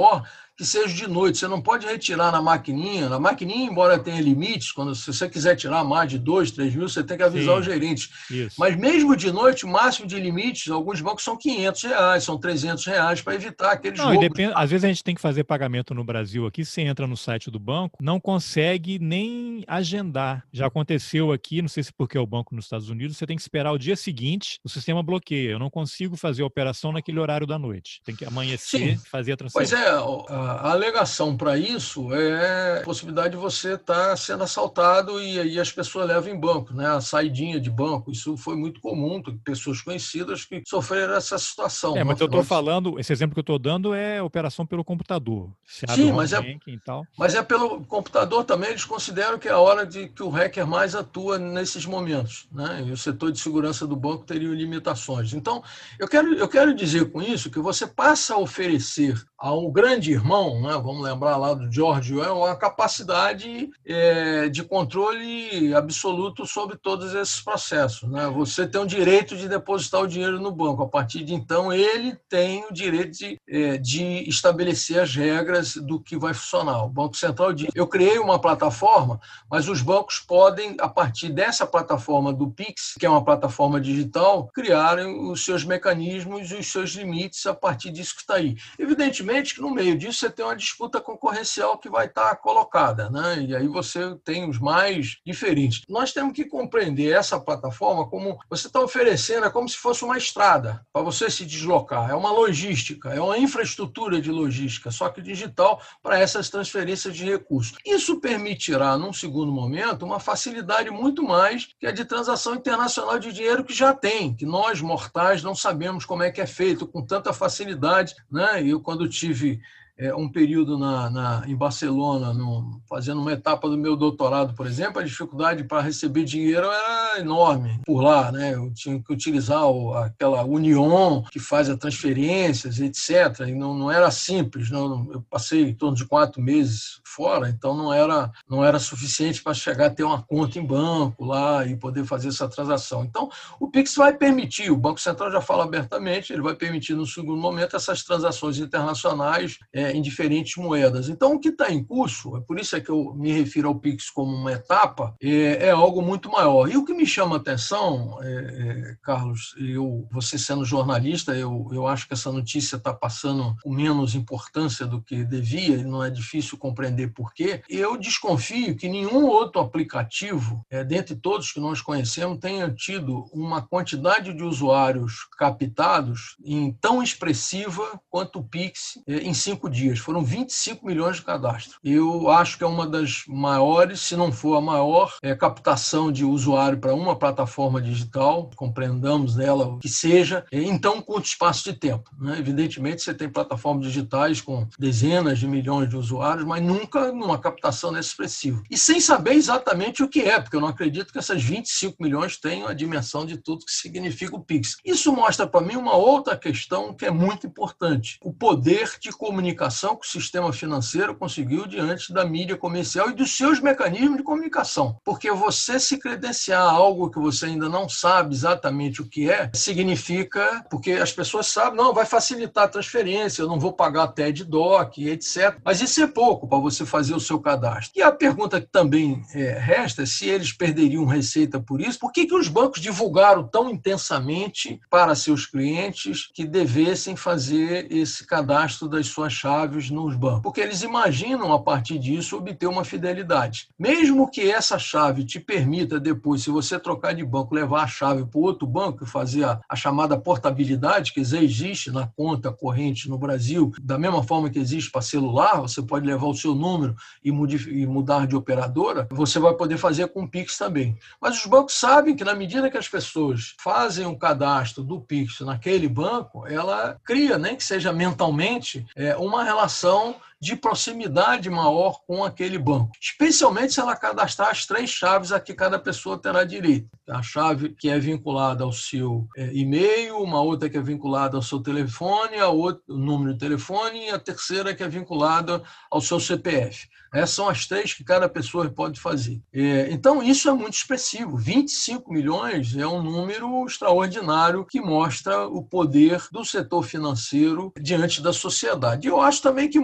que seja de noite. Você não pode retirar na maquininha. Na maquininha, embora tenha limites, quando se você quiser tirar mais de dois, três mil, você tem que avisar Sim, os gerentes. isso. Mas mesmo de noite, o máximo de limites, alguns bancos são quinhentos reais, são trezentos reais, para evitar aqueles Não, e roubos. depende, às vezes a gente tem que fazer pagamento no Brasil aqui, você entra no site do banco, não consegue nem agendar. Já aconteceu aqui, não sei se porque é o banco nos Estados Unidos, você tem que esperar o dia seguinte, o sistema bloqueia. Eu não consigo fazer a operação naquele horário da noite. Tem que amanhecer e fazer a Pois transferência. é, a, a alegação para isso é a possibilidade de você estar sendo assaltado e aí as pessoas levam em banco, né? A saidinha de banco. Isso foi muito comum, tem pessoas conhecidas que sofreram essa situação. É, No mas eu final estou de... falando, esse exemplo que eu estou dando é operação pelo computador. Você abre Sim, o home mas é, banking e tal. mas é pelo computador também, eles consideram que é a hora de que o hacker mais atua nesses momentos, né? E o setor de segurança do banco teria limitações. Então, eu quero, eu quero dizer com isso que você passa a oferecer ao grande irmão, né? Vamos lembrar lá do George Orwell, uma capacidade é, de controle absoluto sobre todos esses processos, né? Você tem o direito de depositar o dinheiro no banco. A partir de então, ele tem o direito de, é, de estabelecer as regras do que vai funcionar. O Banco Central diz, eu criei uma plataforma, mas os bancos podem, a partir dessa plataforma do Pix, que é uma plataforma digital, criarem os seus mecanismos e os seus limites a partir disso que está aí. Evidentemente que no meio disso você tem uma disputa concorrencial que vai estar colocada, né? E aí você tem os mais diferentes. Nós temos que compreender essa plataforma como você está oferecendo, é como se fosse uma estrada para você se deslocar. É uma logística, é uma infraestrutura de logística, só que digital para essas transferências de recursos. Isso permitirá, num segundo momento, uma facilidade muito mais que a de transação internacional de dinheiro que já tem, que nós, mortais, não sabemos como é que é feito com tanta facilidade, né? Eu, quando tive é, um período na, na, em Barcelona, no, fazendo uma etapa do meu doutorado, por exemplo, a dificuldade para receber dinheiro era enorme por lá, né? Eu tinha que utilizar o, aquela Union que faz as transferências, etcétera. E não, não era simples, não. Eu passei em torno de quatro meses fora, então não era, não era suficiente para chegar a ter uma conta em banco lá e poder fazer essa transação. Então, o Pix vai permitir, o Banco Central já fala abertamente, ele vai permitir, no segundo momento, essas transações internacionais é, em diferentes moedas. Então, o que está em curso, é por isso é que eu me refiro ao Pix como uma etapa, é, é algo muito maior. E o que me chama a atenção, é, é, Carlos, eu, você sendo jornalista, eu, eu acho que essa notícia está passando com menos importância do que devia, e não é difícil compreender por quê. Eu desconfio que nenhum outro aplicativo, é, dentre todos que nós conhecemos, tenha tido uma quantidade de usuários captados em tão expressiva quanto o Pix é, em cinco dias. Foram vinte e cinco milhões de cadastros. Eu acho que é uma das maiores, se não for a maior, é, captação de usuário para uma plataforma digital, compreendamos dela o que seja, é, em tão curto espaço de tempo, né? Evidentemente, você tem plataformas digitais com dezenas de milhões de usuários, mas nunca numa captação nesse expressiva. E sem saber exatamente o que é, porque eu não acredito que essas vinte e cinco milhões tenham a dimensão de tudo que significa o Pix. Isso mostra para mim uma outra questão que é muito importante: o poder de comunicação que o sistema financeiro conseguiu diante da mídia comercial e dos seus mecanismos de comunicação. Porque você se credenciar a algo que você ainda não sabe exatamente o que é, significa, porque as pessoas sabem, não, vai facilitar a transferência, eu não vou pagar T E D, D O C, etcétera. Mas isso é pouco para você fazer o seu cadastro. E a pergunta que também é, resta é se eles perderiam receita por isso, por que que os bancos divulgaram tão intensamente para seus clientes que devessem fazer esse cadastro das suas chaves nos bancos? Porque eles imaginam, a partir disso, obter uma fidelidade. Mesmo que essa chave te permita depois, se você trocar de banco, levar a chave para o outro banco e fazer a, a chamada portabilidade, que já existe na conta corrente no Brasil, da mesma forma que existe para celular, você pode levar o seu número e, e mudar de operadora, você vai poder fazer com o Pix também. Mas os bancos sabem que, na medida que as pessoas fazem um cadastro do Pix naquele banco, ela cria, nem que seja mentalmente, é, uma relação de proximidade maior com aquele banco, especialmente se ela cadastrar as três chaves a que cada pessoa terá direito. A chave que é vinculada ao seu é, e-mail, uma outra que é vinculada ao seu telefone, a outra, o número de telefone, e a terceira que é vinculada ao seu C P F. Essas são as três que cada pessoa pode fazer. É, então, isso é muito expressivo. vinte e cinco milhões é um número extraordinário que mostra o poder do setor financeiro diante da sociedade. Eu acho também que mostra esse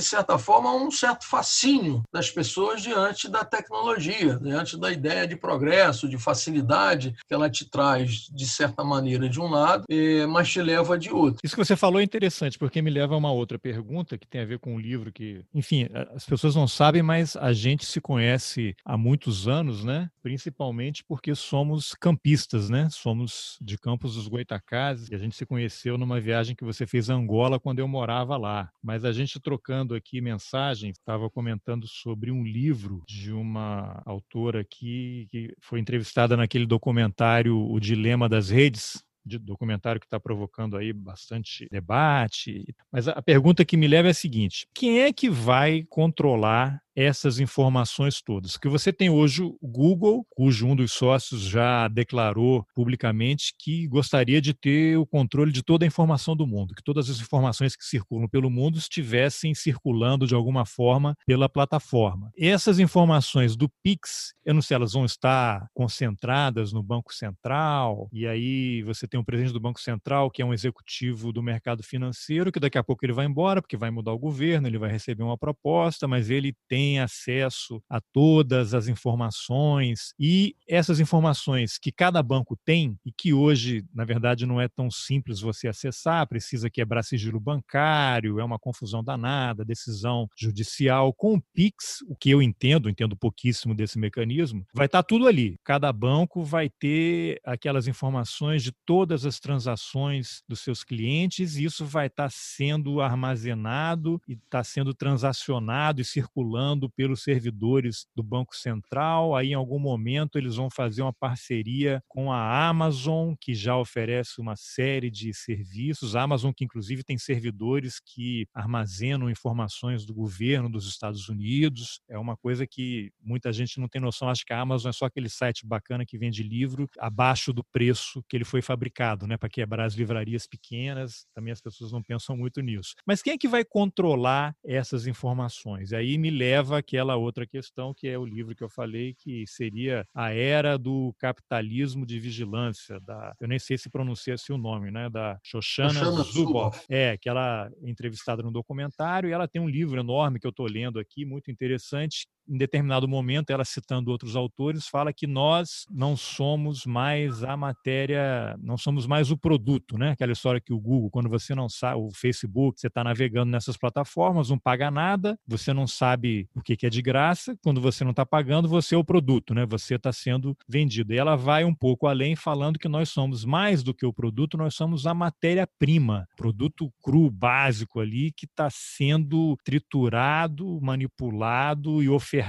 certa forma, um certo fascínio das pessoas diante da tecnologia, diante da ideia de progresso, de facilidade que ela te traz, de certa maneira, de um lado, mas te leva de outro. Isso que você falou é interessante, porque me leva a uma outra pergunta que tem a ver com um livro que, enfim, as pessoas não sabem, mas a gente se conhece há muitos anos, né? Principalmente porque somos campistas, né? Somos de Campos dos Goytacazes e a gente se conheceu numa viagem que você fez a Angola quando eu morava lá. Mas a gente trocando aqui mensagens, estava comentando sobre um livro de uma autora aqui que foi entrevistada naquele documentário O Dilema das Redes, de documentário que está provocando aí bastante debate. Mas a pergunta que me leva é a seguinte: quem é que vai controlar essas informações todas? Que você tem hoje o Google, cujo um dos sócios já declarou publicamente que gostaria de ter o controle de toda a informação do mundo, que todas as informações que circulam pelo mundo estivessem circulando de alguma forma pela plataforma. Essas informações do Pix, eu não sei, elas vão estar concentradas no Banco Central, e aí você tem um presidente do Banco Central que é um executivo do mercado financeiro, que daqui a pouco ele vai embora, porque vai mudar o governo, ele vai receber uma proposta, mas ele tem acesso a todas as informações, e essas informações que cada banco tem e que hoje, na verdade, não é tão simples você acessar, precisa quebrar sigilo bancário, é uma confusão danada, decisão judicial. Com o Pix, o que eu entendo, entendo pouquíssimo desse mecanismo, vai estar tudo ali. Cada banco vai ter aquelas informações de todas as transações dos seus clientes, e isso vai estar sendo armazenado e está sendo transacionado e circulando pelos servidores do Banco Central. Aí, em algum momento, eles vão fazer uma parceria com a Amazon, que já oferece uma série de serviços. A Amazon, que inclusive tem servidores que armazenam informações do governo dos Estados Unidos. É uma coisa que muita gente não tem noção. Acho que a Amazon é só aquele site bacana que vende livro abaixo do preço que ele foi fabricado, né, para quebrar as livrarias pequenas. Também as pessoas não pensam muito nisso. Mas quem é que vai controlar essas informações? E aí me leva àquela outra questão, que é o livro que eu falei, que seria A Era do Capitalismo de Vigilância, da, eu nem sei se pronuncia assim o nome, né, da Shoshana Zuboff. É, que ela é entrevistada no documentário, e ela tem um livro enorme que eu estou lendo aqui, muito interessante. Em determinado momento, ela citando outros autores, fala que nós não somos mais a matéria, não somos mais o produto, né? Aquela história que o Google, quando você não sabe, o Facebook, você está navegando nessas plataformas, não paga nada, você não sabe o que é de graça, quando você não está pagando, você é o produto, né? Você está sendo vendido. E ela vai um pouco além, falando que nós somos mais do que o produto, nós somos a matéria-prima, produto cru, básico ali, que está sendo triturado, manipulado e ofertado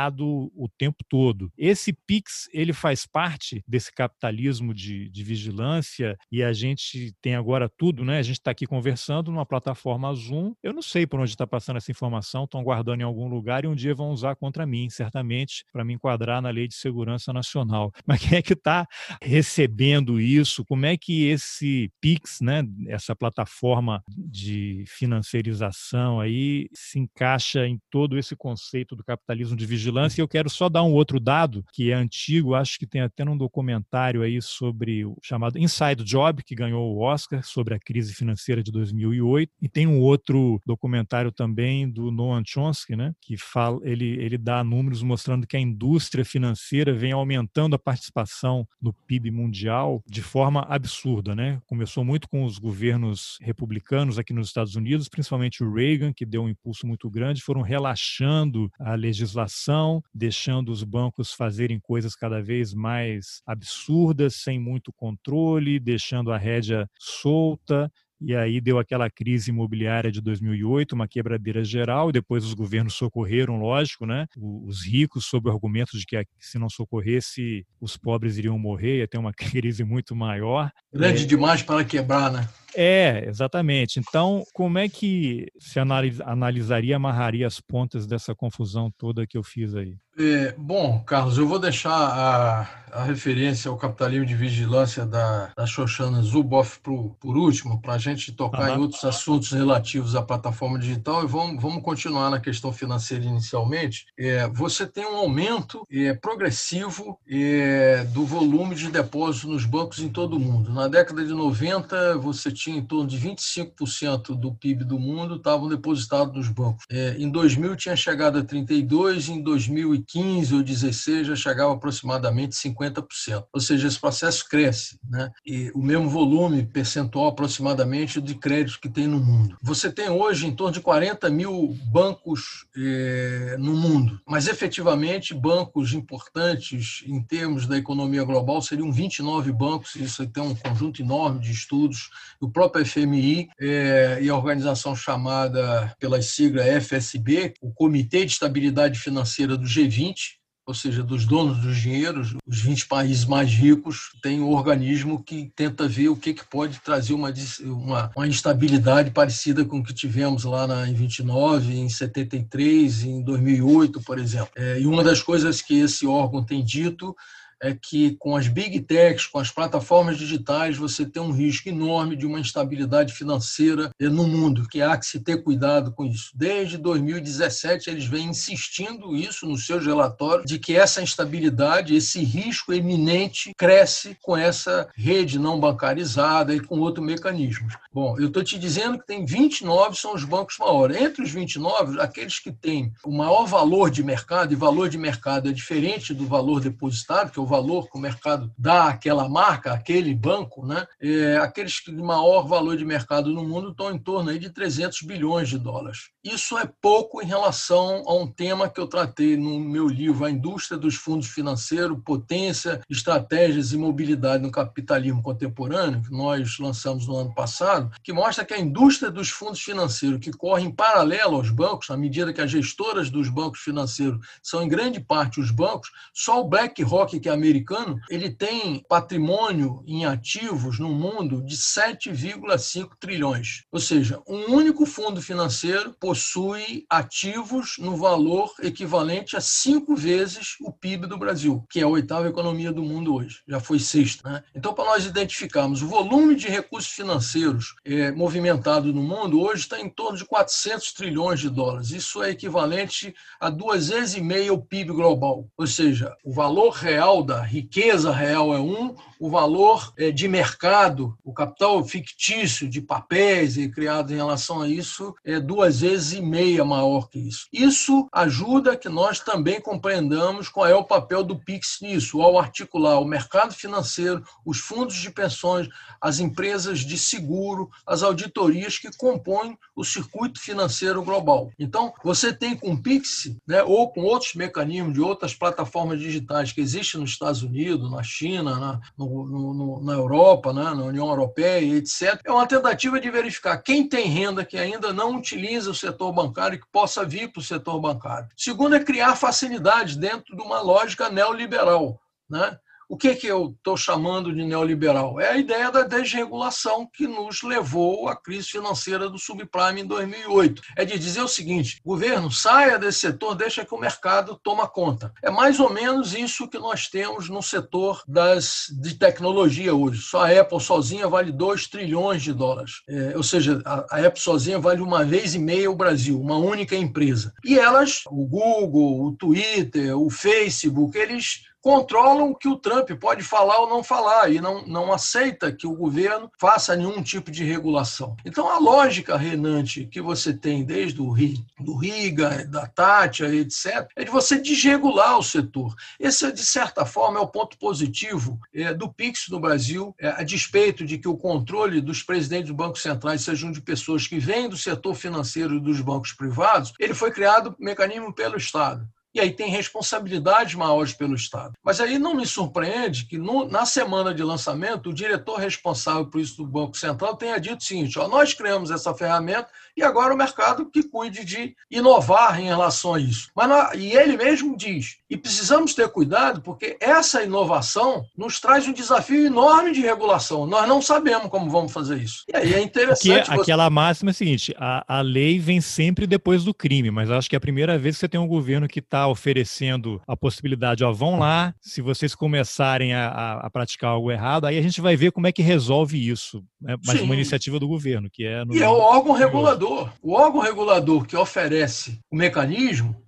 o tempo todo. Esse Pix, ele faz parte desse capitalismo de, de vigilância, e a gente tem agora tudo, né? A gente está aqui conversando numa plataforma Zoom. Eu não sei por onde está passando essa informação, estão guardando em algum lugar e um dia vão usar contra mim, certamente, para me enquadrar na Lei de Segurança Nacional. Mas quem é que está recebendo isso? Como é que esse Pix, né, essa plataforma de financiarização aí, se encaixa em todo esse conceito do capitalismo de vigilância? E eu quero só dar um outro dado que é antigo, acho que tem até um documentário aí sobre o chamado Inside Job, que ganhou o Oscar, sobre a crise financeira de dois mil e oito, e tem um outro documentário também do Noam Chomsky, né, que fala, ele, ele dá números mostrando que a indústria financeira vem aumentando a participação no P I B mundial de forma absurda, né? Começou muito com os governos republicanos aqui nos Estados Unidos, principalmente o Reagan, que deu um impulso muito grande, foram relaxando a legislação, deixando os bancos fazerem coisas cada vez mais absurdas, sem muito controle, deixando a rédea solta. E aí deu aquela crise imobiliária de dois mil e oito, uma quebradeira geral, e depois os governos socorreram, lógico, né? Os ricos, sob o argumento de que se não socorresse, os pobres iriam morrer, ia ter uma crise muito maior. Grande é... demais para quebrar, né? É, exatamente. Então, como é que se analis- analisaria, amarraria as pontas dessa confusão toda que eu fiz aí? É, bom, Carlos, eu vou deixar a, a referência ao capitalismo de vigilância da, da Shoshana Zuboff por, por último, para a gente tocar uhum. em outros assuntos relativos à plataforma digital, e vamos, vamos continuar na questão financeira inicialmente. É, você tem um aumento é, progressivo é, do volume de depósitos nos bancos em todo o mundo. Na década de noventa, você tinha tinha em torno de vinte e cinco por cento do P I B do mundo estavam depositados nos bancos. É, em dois mil tinha chegado a trinta e dois por cento, em dois mil e quinze ou dezesseis já chegava aproximadamente cinquenta por cento. Ou seja, esse processo cresce, né? E o mesmo volume percentual aproximadamente de crédito que tem no mundo. Você tem hoje em torno de quarenta mil bancos eh, no mundo, mas efetivamente bancos importantes em termos da economia global seriam vinte e nove bancos. Isso aí tem um conjunto enorme de estudos. O próprio F M I eh, e a organização chamada pela sigla F S B, o Comitê de Estabilidade Financeira do G vinte, ou seja, dos donos dos dinheiros, os vinte países mais ricos, tem um organismo que tenta ver o que, que pode trazer uma, uma, uma instabilidade parecida com o que tivemos lá na, em vinte e nove, em setenta e três, em dois mil e oito, por exemplo. É, e uma das coisas que esse órgão tem dito é que com as big techs, com as plataformas digitais, você tem um risco enorme de uma instabilidade financeira no mundo, que há que se ter cuidado com isso. Desde dois mil e dezessete, eles vêm insistindo isso nos seus relatórios, de que essa instabilidade, esse risco eminente, cresce com essa rede não bancarizada e com outros mecanismos. Bom, eu estou te dizendo que tem vinte e nove, são os bancos maiores. Entre os vinte e nove, aqueles que têm o maior valor de mercado, e valor de mercado é diferente do valor depositado, que é o valor que o mercado dá àquela marca, àquele banco, né? É, aqueles que de maior valor de mercado no mundo estão em torno aí de trezentos bilhões de dólares. Isso é pouco em relação a um tema que eu tratei no meu livro, A Indústria dos Fundos Financeiros, Potência, Estratégias e Mobilidade no Capitalismo Contemporâneo, que nós lançamos no ano passado, que mostra que a indústria dos fundos financeiros, que corre em paralelo aos bancos, à medida que as gestoras dos bancos financeiros são em grande parte os bancos, só o BlackRock, que é americano, ele tem patrimônio em ativos no mundo de sete vírgula cinco trilhões. Ou seja, um único fundo financeiro possui ativos no valor equivalente a cinco vezes o P I B do Brasil, que é a oitava economia do mundo hoje. Já foi sexta, né? Então, para nós identificarmos o volume de recursos financeiros é, movimentado no mundo, hoje está em torno de quatrocentos trilhões de dólares. Isso é equivalente a duas vezes e meia o P I B global. Ou seja, o valor real da riqueza real é um, o valor de mercado, o capital fictício de papéis e criado em relação a isso é duas vezes e meia maior que isso. Isso ajuda que nós também compreendamos qual é o papel do Pix nisso, ao articular o mercado financeiro, os fundos de pensões, as empresas de seguro, as auditorias que compõem o circuito financeiro global. Então, você tem com o Pix, né, ou com outros mecanismos de outras plataformas digitais que existem nos Estados Unidos, na China, na, no, no, na Europa, né, na União Europeia, etcétera. É uma tentativa de verificar quem tem renda que ainda não utiliza o setor bancário e que possa vir para o setor bancário. Segundo é criar facilidades dentro de uma lógica neoliberal, né? O que, que eu estou chamando de neoliberal? É a ideia da desregulação que nos levou à crise financeira do subprime em dois mil e oito. É de dizer o seguinte: governo, saia desse setor, deixa que o mercado toma conta. É mais ou menos isso que nós temos no setor das, de tecnologia hoje. Só a Apple sozinha vale dois trilhões de dólares. É, ou seja, a, a Apple sozinha vale uma vez e meia o Brasil, uma única empresa. E elas, o Google, o Twitter, o Facebook, eles controlam o que o Trump pode falar ou não falar e não, não aceita que o governo faça nenhum tipo de regulação. Então, a lógica reinante que você tem desde o do Riga, da Thatcher, etcétera, é de você desregular o setor. Esse, de certa forma, é o ponto positivo é, do Pix no Brasil, é, a despeito de que o controle dos presidentes dos bancos centrais sejam de pessoas que vêm do setor financeiro e dos bancos privados. Ele foi criado mecanismo pelo Estado. E aí tem responsabilidades maiores pelo Estado. Mas aí não me surpreende que no, na semana de lançamento o diretor responsável por isso do Banco Central tenha dito o seguinte: ó, nós criamos essa ferramenta e agora o mercado que cuide de inovar em relação a isso. Mas não, e ele mesmo diz, e precisamos ter cuidado porque essa inovação nos traz um desafio enorme de regulação. Nós não sabemos como vamos fazer isso. E aí é interessante... Porque aquela você... máxima é a seguinte: a, a lei vem sempre depois do crime, mas acho que é a primeira vez que você tem um governo que está oferecendo a possibilidade, ó, vão lá, se vocês começarem a, a, a praticar algo errado, aí a gente vai ver como é que resolve isso. Né? Mas Sim. uma iniciativa do governo, que é... No... E é o órgão regulador. O órgão regulador que oferece o mecanismo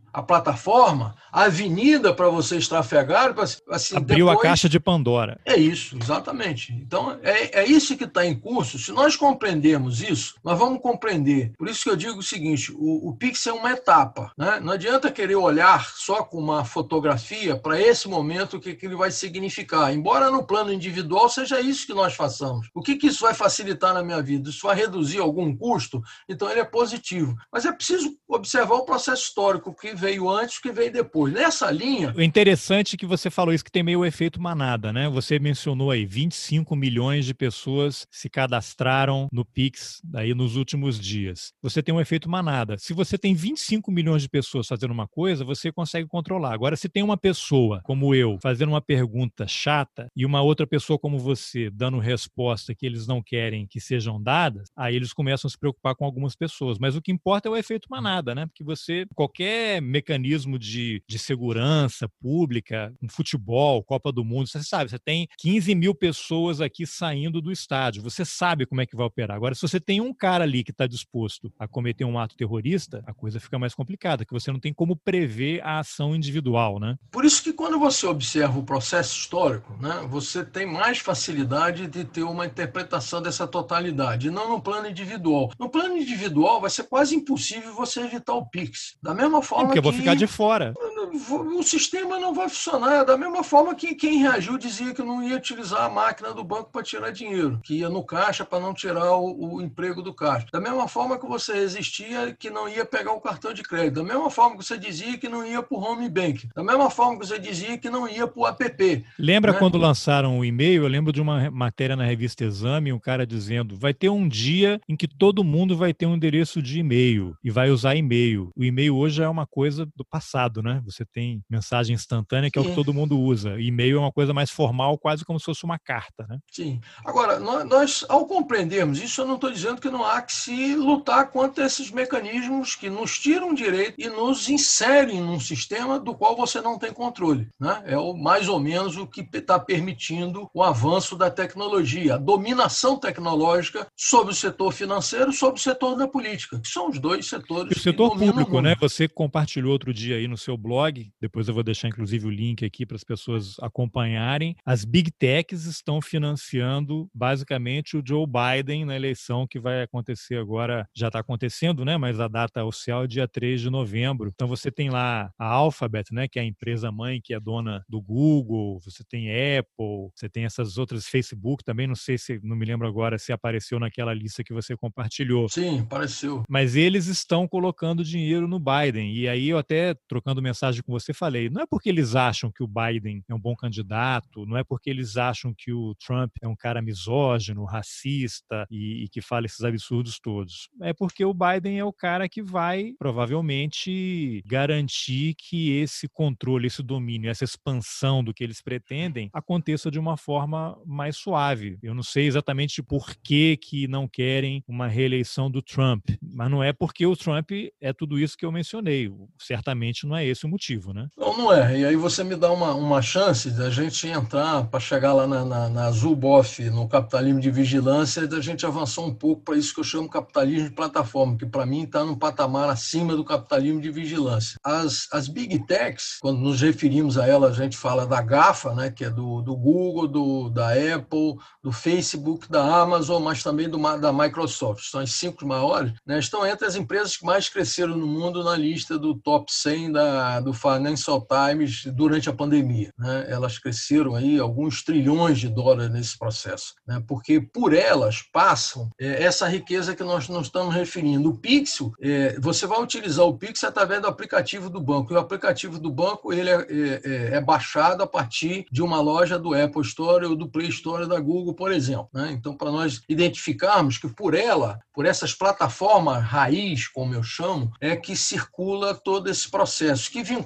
a plataforma, a avenida para vocês trafegarem. Assim, Abriu depois... a caixa de Pandora. É isso, exatamente. Então, é, é isso que está em curso. Se nós compreendermos isso, nós vamos compreender. Por isso que eu digo o seguinte, o, o Pix é uma etapa, né? Não adianta querer olhar só com uma fotografia para esse momento o que, que ele vai significar. Embora no plano individual seja isso que nós façamos. O que, que isso vai facilitar na minha vida? Isso vai reduzir algum custo? Então, ele é positivo. Mas é preciso observar o processo histórico, o que veio antes, o que veio depois. Nessa linha... O interessante é que você falou isso, que tem meio o efeito manada, né? Você mencionou aí, vinte e cinco milhões de pessoas se cadastraram no Pix aí nos últimos dias. Você tem um efeito manada. Se você tem vinte e cinco milhões de pessoas fazendo uma coisa, você consegue controlar. Agora, se tem uma pessoa como eu fazendo uma pergunta chata e uma outra pessoa como você dando resposta que eles não querem que sejam dadas, aí eles começam a se preocupar com algumas pessoas. Mas o que importa é o efeito manada, né? Porque você, qualquer mecanismo de, de segurança pública, um futebol, Copa do Mundo, você sabe, você tem quinze mil pessoas aqui saindo do estádio, você sabe como é que vai operar. Agora, se você tem um cara ali que está disposto a cometer um ato terrorista, a coisa fica mais complicada, que você não tem como prever a ação individual, né? Por isso que quando você observa o processo histórico, né, você tem mais facilidade de ter uma interpretação dessa totalidade, e não no plano individual. No plano individual vai ser quase impossível você evitar o Pix. Da mesma forma é porque que... eu vou ficar de fora. O sistema não vai funcionar. Da mesma forma que quem reagiu dizia que não ia utilizar a máquina do banco para tirar dinheiro, que ia no caixa para não tirar o, o emprego do caixa. Da mesma forma que você resistia que não ia pegar o cartão de crédito. Da mesma forma que você dizia que não ia para o home bank. Da mesma forma que você dizia que não ia para o app. Lembra, né? quando lançaram o e-mail? Eu lembro de uma matéria na revista Exame, um cara dizendo, vai ter um dia em que todo mundo vai ter um endereço de e-mail e vai usar e-mail. O e-mail hoje é uma coisa do passado, né? Você tem mensagem instantânea, que Sim. é o que todo mundo usa. E-mail é uma coisa mais formal, quase como se fosse uma carta, né? Sim. Agora, nós, ao compreendermos isso, eu não estou dizendo que não há que se lutar contra esses mecanismos que nos tiram direito e nos inserem num sistema do qual você não tem controle, né? É o, mais ou menos o que está permitindo o avanço da tecnologia, a dominação tecnológica sobre o setor financeiro, sobre o setor da política, que são os dois setores e o setor que dominam público, o mundo. né? Você compartilhou outro dia aí no seu blog, depois eu vou deixar inclusive o link aqui para as pessoas acompanharem. As Big Techs estão financiando basicamente o Joe Biden na eleição que vai acontecer agora, já está acontecendo, né? Mas a data oficial é dia três de novembro. Então você tem lá a Alphabet, né? Que é a empresa mãe que é dona do Google, você tem Apple, você tem essas outras, Facebook também, não sei se, não me lembro agora se apareceu naquela lista que você compartilhou. Sim, apareceu. Mas eles estão colocando dinheiro no Biden. E aí eu até, trocando mensagem com você, falei, não é porque eles acham que o Biden é um bom candidato, não é porque eles acham que o Trump é um cara misógino, racista e, e que fala esses absurdos todos. É porque o Biden é o cara que vai, provavelmente, garantir que esse controle, esse domínio, essa expansão do que eles pretendem aconteça de uma forma mais suave. Eu não sei exatamente por que que não querem uma reeleição do Trump, mas não é porque o Trump é tudo isso que eu mencionei. Certamente não é esse o motivo, né? Não, não é. E aí você me dá uma, uma chance da gente entrar para chegar lá na, na, na Zuboff, no capitalismo de vigilância, e da gente avançar um pouco para isso que eu chamo capitalismo de plataforma, que para mim está num patamar acima do capitalismo de vigilância. As, as Big Techs, quando nos referimos a elas, a gente fala da GAFA, né, que é do, do Google, do, da Apple, do Facebook, da Amazon, mas também do, da Microsoft. São as cinco maiores, né, estão entre as empresas que mais cresceram no mundo na lista do top cem da, do Financial Times durante a pandemia, né? Elas cresceram aí alguns trilhões de dólares nesse processo, né? Porque por elas passam é, essa riqueza que nós não estamos referindo. O Pix, é, você vai utilizar o Pix através do aplicativo do banco. E o aplicativo do banco ele é, é, é baixado a partir de uma loja do Apple Store ou do Play Store da Google, por exemplo, né? Então, para nós identificarmos que por ela, por essas plataformas raiz, como eu chamo, é que circula todo esse processo, que vincula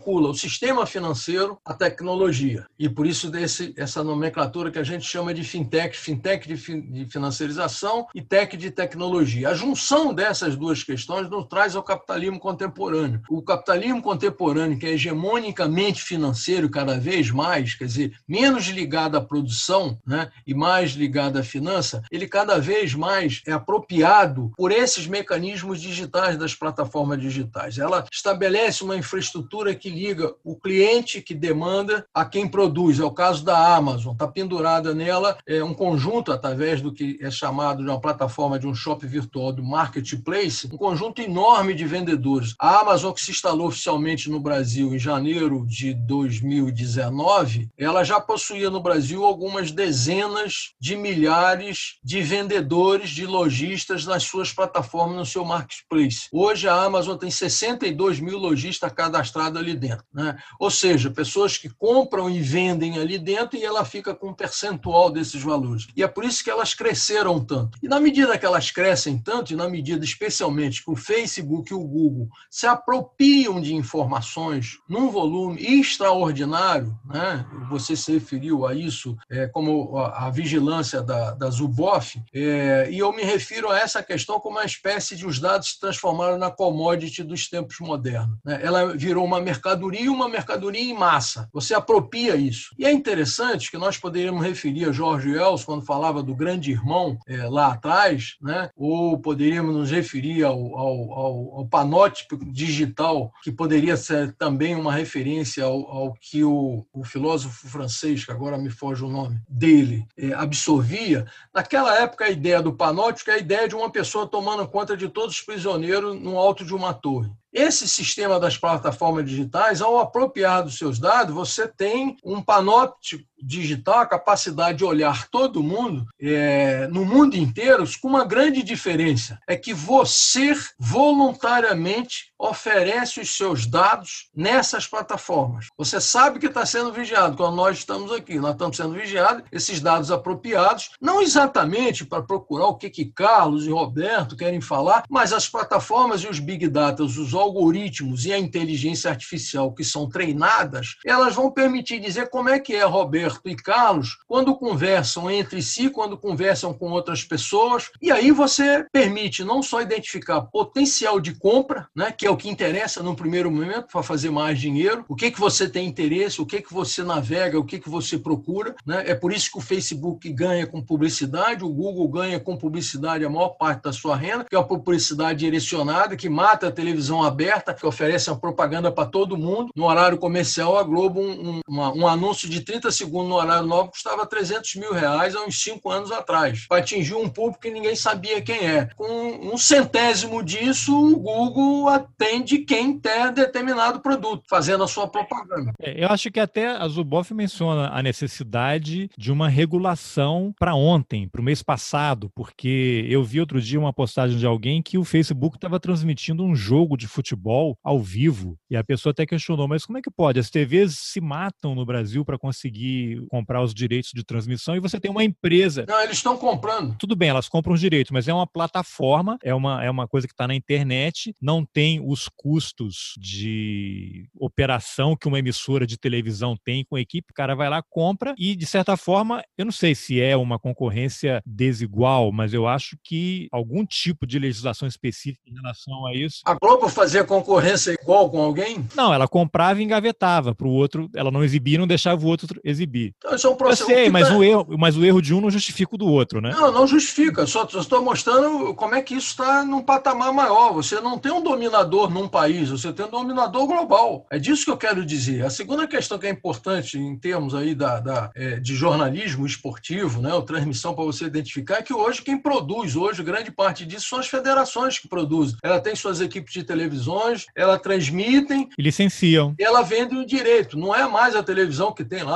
vincula o sistema financeiro à tecnologia. E por isso desse, essa nomenclatura que a gente chama de fintech, fintech de, fi, de financiarização e tech de tecnologia. A junção dessas duas questões nos traz ao capitalismo contemporâneo. O capitalismo contemporâneo, que é hegemonicamente financeiro cada vez mais, quer dizer, menos ligado à produção, né, e mais ligado à finança, ele cada vez mais é apropriado por esses mecanismos digitais das plataformas digitais. Ela estabelece uma infraestrutura que liga o cliente que demanda a quem produz. É o caso da Amazon. Está pendurada nela é, um conjunto, através do que é chamado de uma plataforma de um shopping virtual do marketplace, um conjunto enorme de vendedores. A Amazon, que se instalou oficialmente no Brasil em janeiro de dois mil e dezenove, ela já possuía no Brasil algumas dezenas de milhares de vendedores, de lojistas nas suas plataformas, no seu marketplace. Hoje a Amazon tem sessenta e dois mil lojistas cadastrados ali dentro, né? Ou seja, pessoas que compram e vendem ali dentro e ela fica com um percentual desses valores. E é por isso que elas cresceram tanto. E na medida que elas crescem tanto, e na medida especialmente que o Facebook e o Google se apropriam de informações num volume extraordinário, né? Você se referiu a isso é, como a, a vigilância da, da Zuboff, é, e eu me refiro a essa questão como uma espécie de os dados se transformaram na commodity dos tempos modernos, né? Ela virou uma mercadoria, uma mercadoria em massa. Você apropria isso. E é interessante que nós poderíamos referir a George Wells quando falava do grande irmão é, lá atrás, né? Ou poderíamos nos referir ao, ao, ao, ao panótipo digital, que poderia ser também uma referência ao, ao que o, o filósofo francês, que agora me foge o nome dele, é, absorvia. Naquela época, a ideia do panótipo é a ideia de uma pessoa tomando conta de todos os prisioneiros no alto de uma torre. Esse sistema das plataformas digitais, ao apropriar dos seus dados, você tem um panóptico digital, a capacidade de olhar todo mundo, é, no mundo inteiro, com uma grande diferença. É que você voluntariamente oferece os seus dados nessas plataformas. Você sabe que está sendo vigiado. Quando nós estamos aqui, nós estamos sendo vigiados, esses dados apropriados, não exatamente para procurar o que, que Carlos e Roberto querem falar, mas as plataformas e os big data, os algoritmos e a inteligência artificial que são treinadas, elas vão permitir dizer como é que é Roberto e Carlos quando conversam entre si, quando conversam com outras pessoas, e aí você permite não só identificar potencial de compra, né, que é o que interessa no primeiro momento para fazer mais dinheiro, o que, que você tem interesse, o que, que você navega, o que, que você procura, né? É por isso que o Facebook ganha com publicidade, o Google ganha com publicidade a maior parte da sua renda, que é a publicidade direcionada, que mata a televisão aberta, que oferece uma propaganda para todo mundo. No horário comercial, a Globo, um, um, uma, um anúncio de trinta segundos no horário novo custava trezentos mil reais há uns cinco anos atrás, para atingir um público que ninguém sabia quem é. Com um centésimo disso, o Google atende quem quer determinado produto, fazendo a sua propaganda. É, eu acho que até a Zuboff menciona a necessidade de uma regulação para ontem, para o mês passado, porque eu vi outro dia uma postagem de alguém que o Facebook estava transmitindo um jogo de futebol ao vivo, e a pessoa até questionou, mas como é que pode? As T Vs se matam no Brasil para conseguir comprar os direitos de transmissão e você tem uma empresa. Não, eles estão comprando. Tudo bem, elas compram os direitos, mas é uma plataforma, é uma, é uma coisa que está na internet, não tem os custos de operação que uma emissora de televisão tem com a equipe, o cara vai lá, compra e, de certa forma, eu não sei se é uma concorrência desigual, mas eu acho que algum tipo de legislação específica em relação a isso... A Globo fazia concorrência igual com alguém? Não, ela comprava e engavetava para o outro, ela não exibia e não deixava o outro exibir. Então, isso é um processo. Eu sei, mas, tá... o erro, mas o erro de um não justifica o do outro, né? Não, não justifica. Só estou mostrando como é que isso está num patamar maior. Você não tem um dominador num país, você tem um dominador global. É disso que eu quero dizer. A segunda questão que é importante em termos aí da, da, é, de jornalismo esportivo, né, ou transmissão para você identificar, é que hoje quem produz, hoje grande parte disso são as federações que produzem. Ela tem suas equipes de televisões, ela transmitem... E licenciam. E ela vende o direito. Não é mais a televisão que tem lá, aquele monte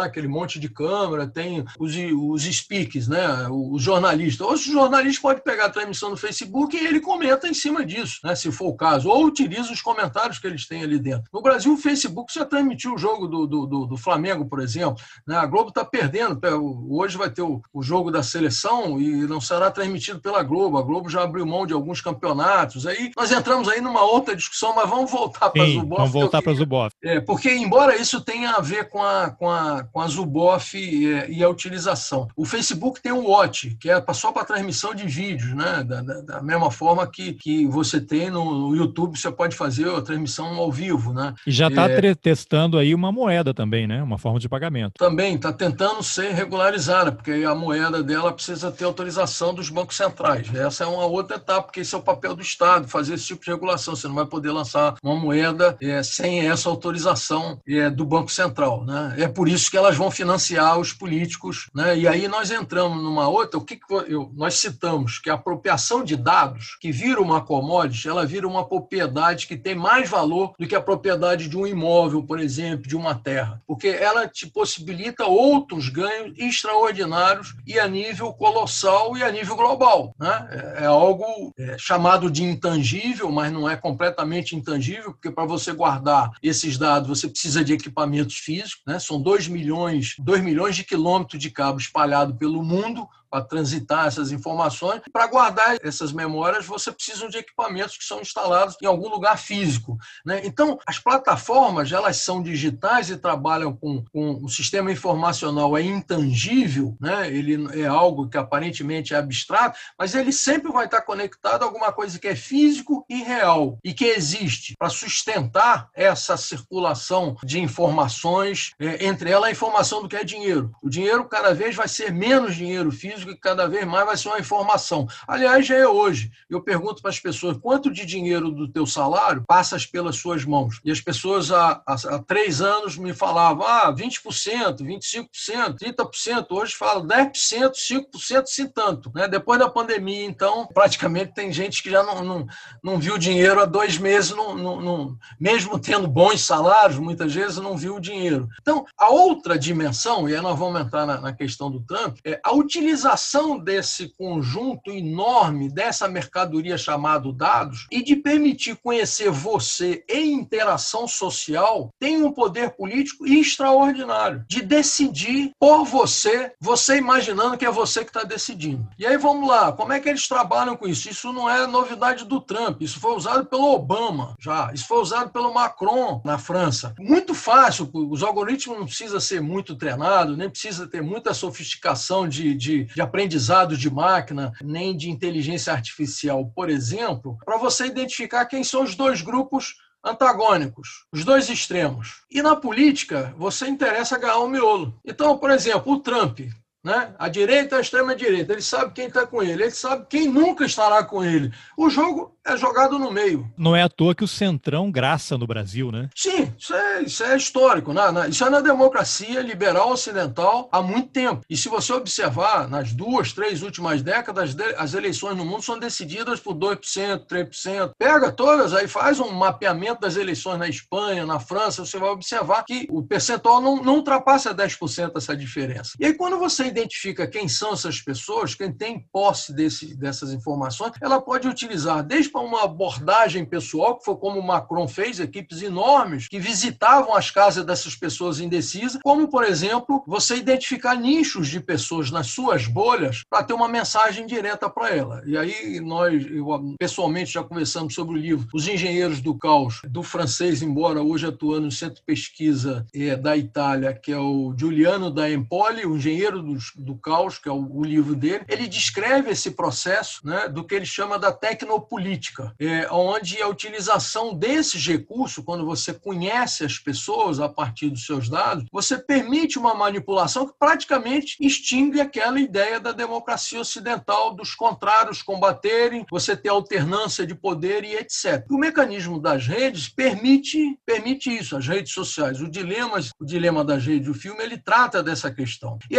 monte de câmera, tem os, os speaks, né? Os jornalistas. Ou o jornalista pode pegar a transmissão no Facebook e ele comenta em cima disso, né? Se for o caso. Ou utiliza os comentários que eles têm ali dentro. No Brasil, o Facebook já transmitiu o jogo do, do, do, do Flamengo, por exemplo. Né? A Globo está perdendo. Hoje vai ter o, o jogo da seleção e não será transmitido pela Globo. A Globo já abriu mão de alguns campeonatos. Aí nós entramos aí numa outra discussão, mas vamos voltar para a Zuboff. Vamos voltar para a Zuboff. É, porque, embora isso tenha a ver com a, com a, com a Zuboff e, e a utilização, o Facebook tem o Watch, que é só para transmissão de vídeos, né? Da, da, da mesma forma que, que você tem no, no YouTube, você pode fazer a transmissão ao vivo, né? E já está é, testando aí uma moeda também, né? Uma forma de pagamento. Também está tentando ser regularizada, porque a moeda dela precisa ter autorização dos bancos centrais. Essa é uma outra etapa, porque esse é o papel do Estado, fazer esse tipo de regulação. Você não vai poder lançar uma moeda é, sem essa autorização é, do Banco Central, né? É por isso que elas vão financiar os políticos, né? E aí nós entramos numa outra, o que, que eu, nós citamos, que a apropriação de dados, que vira uma commodity, ela vira uma propriedade que tem mais valor do que a propriedade de um imóvel, por exemplo, de uma terra, porque ela te possibilita outros ganhos extraordinários e a nível colossal e a nível global, né? É, é algo é, chamado de intangível, mas não é completamente intangível, porque para você guardar esses dados você precisa de equipamentos físicos, né? São dois milhões, dois milhões de quilômetros de cabo espalhado pelo mundo para transitar essas informações. Para guardar essas memórias, você precisa de equipamentos que são instalados em algum lugar físico, né? Então, as plataformas, elas são digitais e trabalham com, com o sistema informacional é intangível, né? Ele é algo que aparentemente é abstrato, mas ele sempre vai estar conectado a alguma coisa que é físico e real e que existe para sustentar essa circulação de informações, é, entre elas a informação do que é dinheiro. O dinheiro cada vez vai ser menos dinheiro físico e cada vez mais vai ser uma informação. Aliás, já é hoje. Eu pergunto para as pessoas quanto de dinheiro do teu salário passa pelas suas mãos. E as pessoas há, há, há três anos me falavam ah, vinte por cento, vinte e cinco por cento, trinta por cento. Hoje falam dez por cento, cinco por cento, se tanto. Né? Depois da pandemia, então, praticamente tem gente que já não, não, não viu dinheiro há dois meses, não, não, não, mesmo tendo bons salários, muitas vezes não viu o dinheiro. Então, a outra dimensão, e aí nós vamos entrar na, na questão do Trump, é a utilização desse conjunto enorme, dessa mercadoria chamada dados, e de permitir conhecer você em interação social, tem um poder político extraordinário, de decidir por você, você imaginando que é você que está decidindo. E aí vamos lá, como é que eles trabalham com isso? Isso não é novidade do Trump, isso foi usado pelo Obama já, isso foi usado pelo Macron na França. Muito fácil, os algoritmos não precisam ser muito treinados, nem precisa ter muita sofisticação de, de de aprendizado de máquina, nem de inteligência artificial, por exemplo, para você identificar quem são os dois grupos antagônicos, os dois extremos. E na política, você interessa ganhar o miolo. Então, por exemplo, o Trump, né? A direita e a extrema-direita, ele sabe quem está com ele, ele sabe quem nunca estará com ele. O jogo é jogado no meio. Não é à toa que o Centrão graça no Brasil, né? Sim, isso é, isso é histórico. Né? Isso é na democracia liberal ocidental há muito tempo. E se você observar, nas duas, três últimas décadas, as eleições no mundo são decididas por dois por cento, três por cento. Pega todas, aí faz um mapeamento das eleições na Espanha, na França, você vai observar que o percentual não, não ultrapassa dez por cento essa diferença. E aí quando você identifica quem são essas pessoas, quem tem posse desse, dessas informações, ela pode utilizar desde para uma abordagem pessoal, que foi como o Macron fez, equipes enormes que visitavam as casas dessas pessoas indecisas, como, por exemplo, você identificar nichos de pessoas nas suas bolhas para ter uma mensagem direta para ela. E aí nós, eu, pessoalmente, já conversamos sobre o livro Os Engenheiros do Caos, do francês, embora hoje atuando no Centro de Pesquisa é, da Itália, que é o Giuliano da Empoli, o Engenheiro do, do Caos, que é o, o livro dele. Ele descreve esse processo, né, do que ele chama da tecnopolítica, é, onde a utilização desses recursos, quando você conhece as pessoas a partir dos seus dados, você permite uma manipulação que praticamente extingue aquela ideia da democracia ocidental, dos contrários combaterem, você ter alternância de poder e etcétera. O mecanismo das redes permite, permite isso, as redes sociais. O dilema, o dilema das redes, o filme, ele trata dessa questão. E é disso que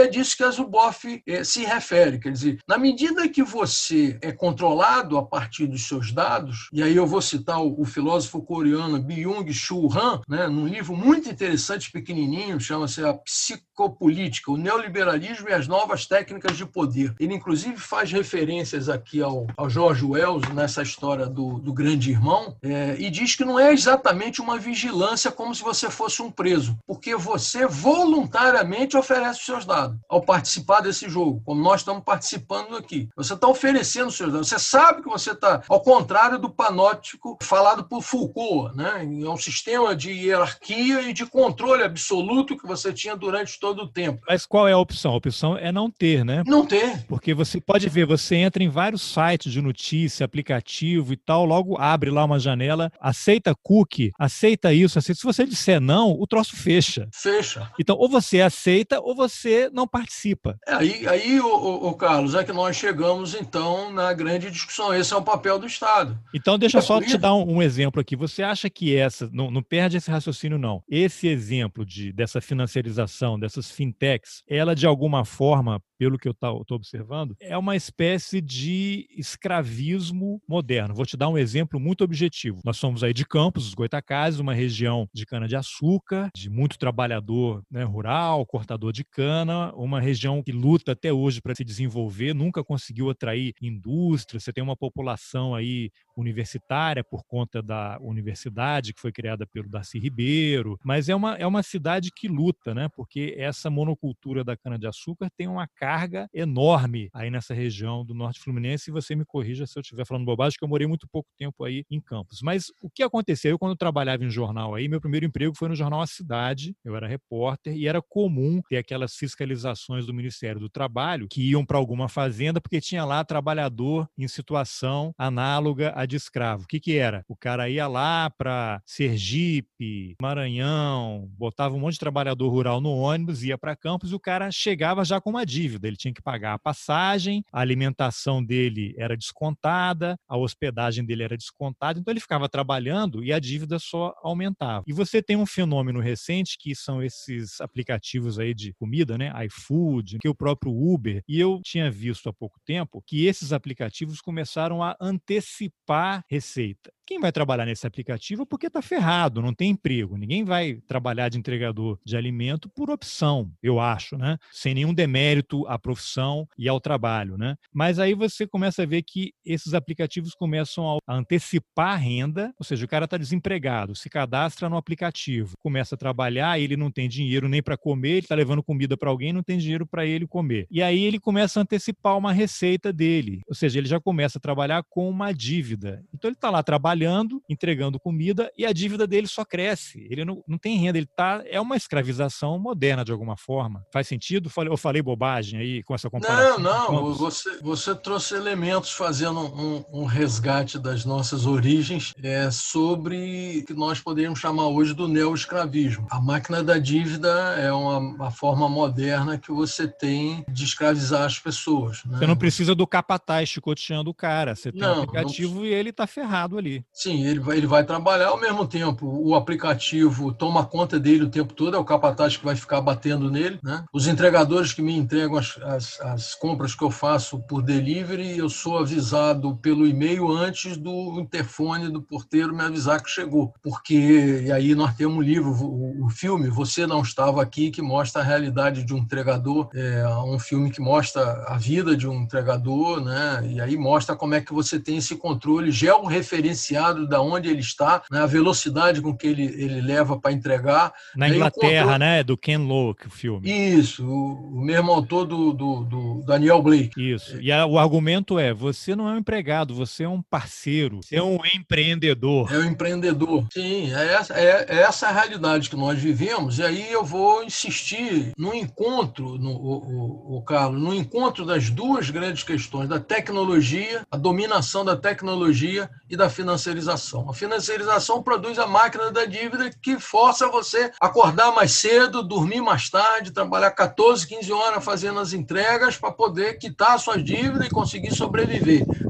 Zé Zuboff eh, se refere. Quer dizer, na medida que você é controlado a partir dos seus dados, e aí eu vou citar o, o filósofo coreano Byung-Chul Han, né, num livro muito interessante, pequenininho, chama-se A Psicopolítica, o Neoliberalismo e as Novas Técnicas de Poder. Ele, inclusive, faz referências aqui ao, ao George Wells, nessa história do, do grande irmão, é, e diz que não é exatamente uma vigilância como se você fosse um preso, porque você voluntariamente oferece os seus dados ao participar desse jogo, como nós estamos participando aqui. Você está oferecendo os seus dados. Você sabe que você está, ao contrário do panóptico falado por Foucault, né? É um sistema de hierarquia e de controle absoluto que você tinha durante todo o tempo. Mas qual é a opção? A opção é não ter, né? Não ter. Porque você pode ver, você entra em vários sites de notícia, aplicativo e tal, logo abre lá uma janela, aceita cookie, aceita isso, aceita. Se você disser não, o troço fecha. Fecha. Então, ou você aceita ou você não participa. É, aí, aí o, o, o Carlos, é que nós chegamos, então, na grande discussão. Esse é o papel do Estado. Então, deixa eu é só te dar um, um exemplo aqui. Você acha que essa, não, não perde esse raciocínio, não. Esse exemplo de, dessa financiarização, dessas fintechs, ela, de alguma forma, pelo que eu estou observando, é uma espécie de escravismo moderno. Vou te dar um exemplo muito objetivo. Nós somos aí de Campos, os Goitacazes, uma região de cana-de-açúcar, de muito trabalhador, né, rural, cortador de cana, uma região que luta até hoje para se desenvolver, nunca conseguiu atrair indústria. Você tem uma população aí universitária por conta da universidade que foi criada pelo Darcy Ribeiro, mas é uma, é uma cidade que luta, né? Porque essa monocultura da cana-de-açúcar tem uma carga enorme aí nessa região do Norte Fluminense, e você me corrija se eu estiver falando bobagem, que eu morei muito pouco tempo aí em Campos. Mas o que aconteceu? Eu, quando eu trabalhava em jornal aí, meu primeiro emprego foi no jornal A Cidade, eu era repórter, e era comum ter aquelas fiscalizações do Ministério do Trabalho que iam para alguma fazenda porque tinha lá trabalhador em situação análoga a de escravo. O que que era? O cara ia lá para Sergipe, Maranhão, botava um monte de trabalhador rural no ônibus, ia para Campos, e o cara chegava já com uma dívida. Ele tinha que pagar a passagem, a alimentação dele era descontada, a hospedagem dele era descontada, então ele ficava trabalhando e a dívida só aumentava. E você tem um fenômeno recente que são esses aplicativos aí de comida, né? iFood, que é o próprio Uber, e eu tinha visto há pouco tempo que esses aplicativos começaram a antecipar receita. Quem vai trabalhar nesse aplicativo é porque está ferrado, não tem emprego. Ninguém vai trabalhar de entregador de alimento por opção, eu acho, né? Sem nenhum demérito à profissão e ao trabalho, né? Mas aí você começa a ver que esses aplicativos começam a antecipar a renda, ou seja, o cara está desempregado, se cadastra no aplicativo, começa a trabalhar, ele não tem dinheiro nem para comer, ele está levando comida para alguém, não tem dinheiro para ele comer. E aí ele começa a antecipar uma receita dele, ou seja, ele já começa a trabalhar com uma dívida. Então ele está lá trabalhando, entregando comida, e a dívida dele só cresce. Ele não, não tem renda, ele tá, é uma escravização moderna de alguma forma. Faz sentido? Eu falei bobagem aí com essa comparação? Não, não. Você, você trouxe elementos fazendo um, um resgate das nossas origens é, sobre o que nós poderíamos chamar hoje do neoescravismo. A máquina da dívida é uma, uma forma moderna que você tem de escravizar as pessoas, né? Você não precisa do capataz chicoteando o cara. Você tem não, um aplicativo não... e ele está ferrado ali. Sim, ele vai, ele vai trabalhar ao mesmo tempo. O aplicativo toma conta dele o tempo todo, é o capataz que vai ficar batendo nele, né? Os entregadores que me entregam as, as, as compras que eu faço por delivery, eu sou avisado pelo e-mail antes do interfone do porteiro me avisar que chegou. Porque, e aí nós temos um livro, o, o filme Você Não Estava Aqui, que mostra a realidade de um entregador, é um filme que mostra a vida de um entregador, né? E aí mostra como é que você tem esse controle georreferenciado da onde ele está, né, a velocidade com que ele, ele leva para entregar. Na Inglaterra, controle... né? Do Ken Loach, o filme. Isso, o, o mesmo autor do, do, do Daniel Blake. Isso, e a, o argumento é, você não é um empregado, você é um parceiro, você é um empreendedor. É um empreendedor. Sim, é essa, é, é essa a realidade que nós vivemos, e aí eu vou insistir no encontro, no, o, o, o Carlos, no encontro das duas grandes questões, da tecnologia, a dominação da tecnologia e da financiarização. A financiarização produz a máquina da dívida que força você a acordar mais cedo, dormir mais tarde, trabalhar quatorze, quinze horas fazendo as entregas para poder quitar a sua dívida e conseguir sobreviver.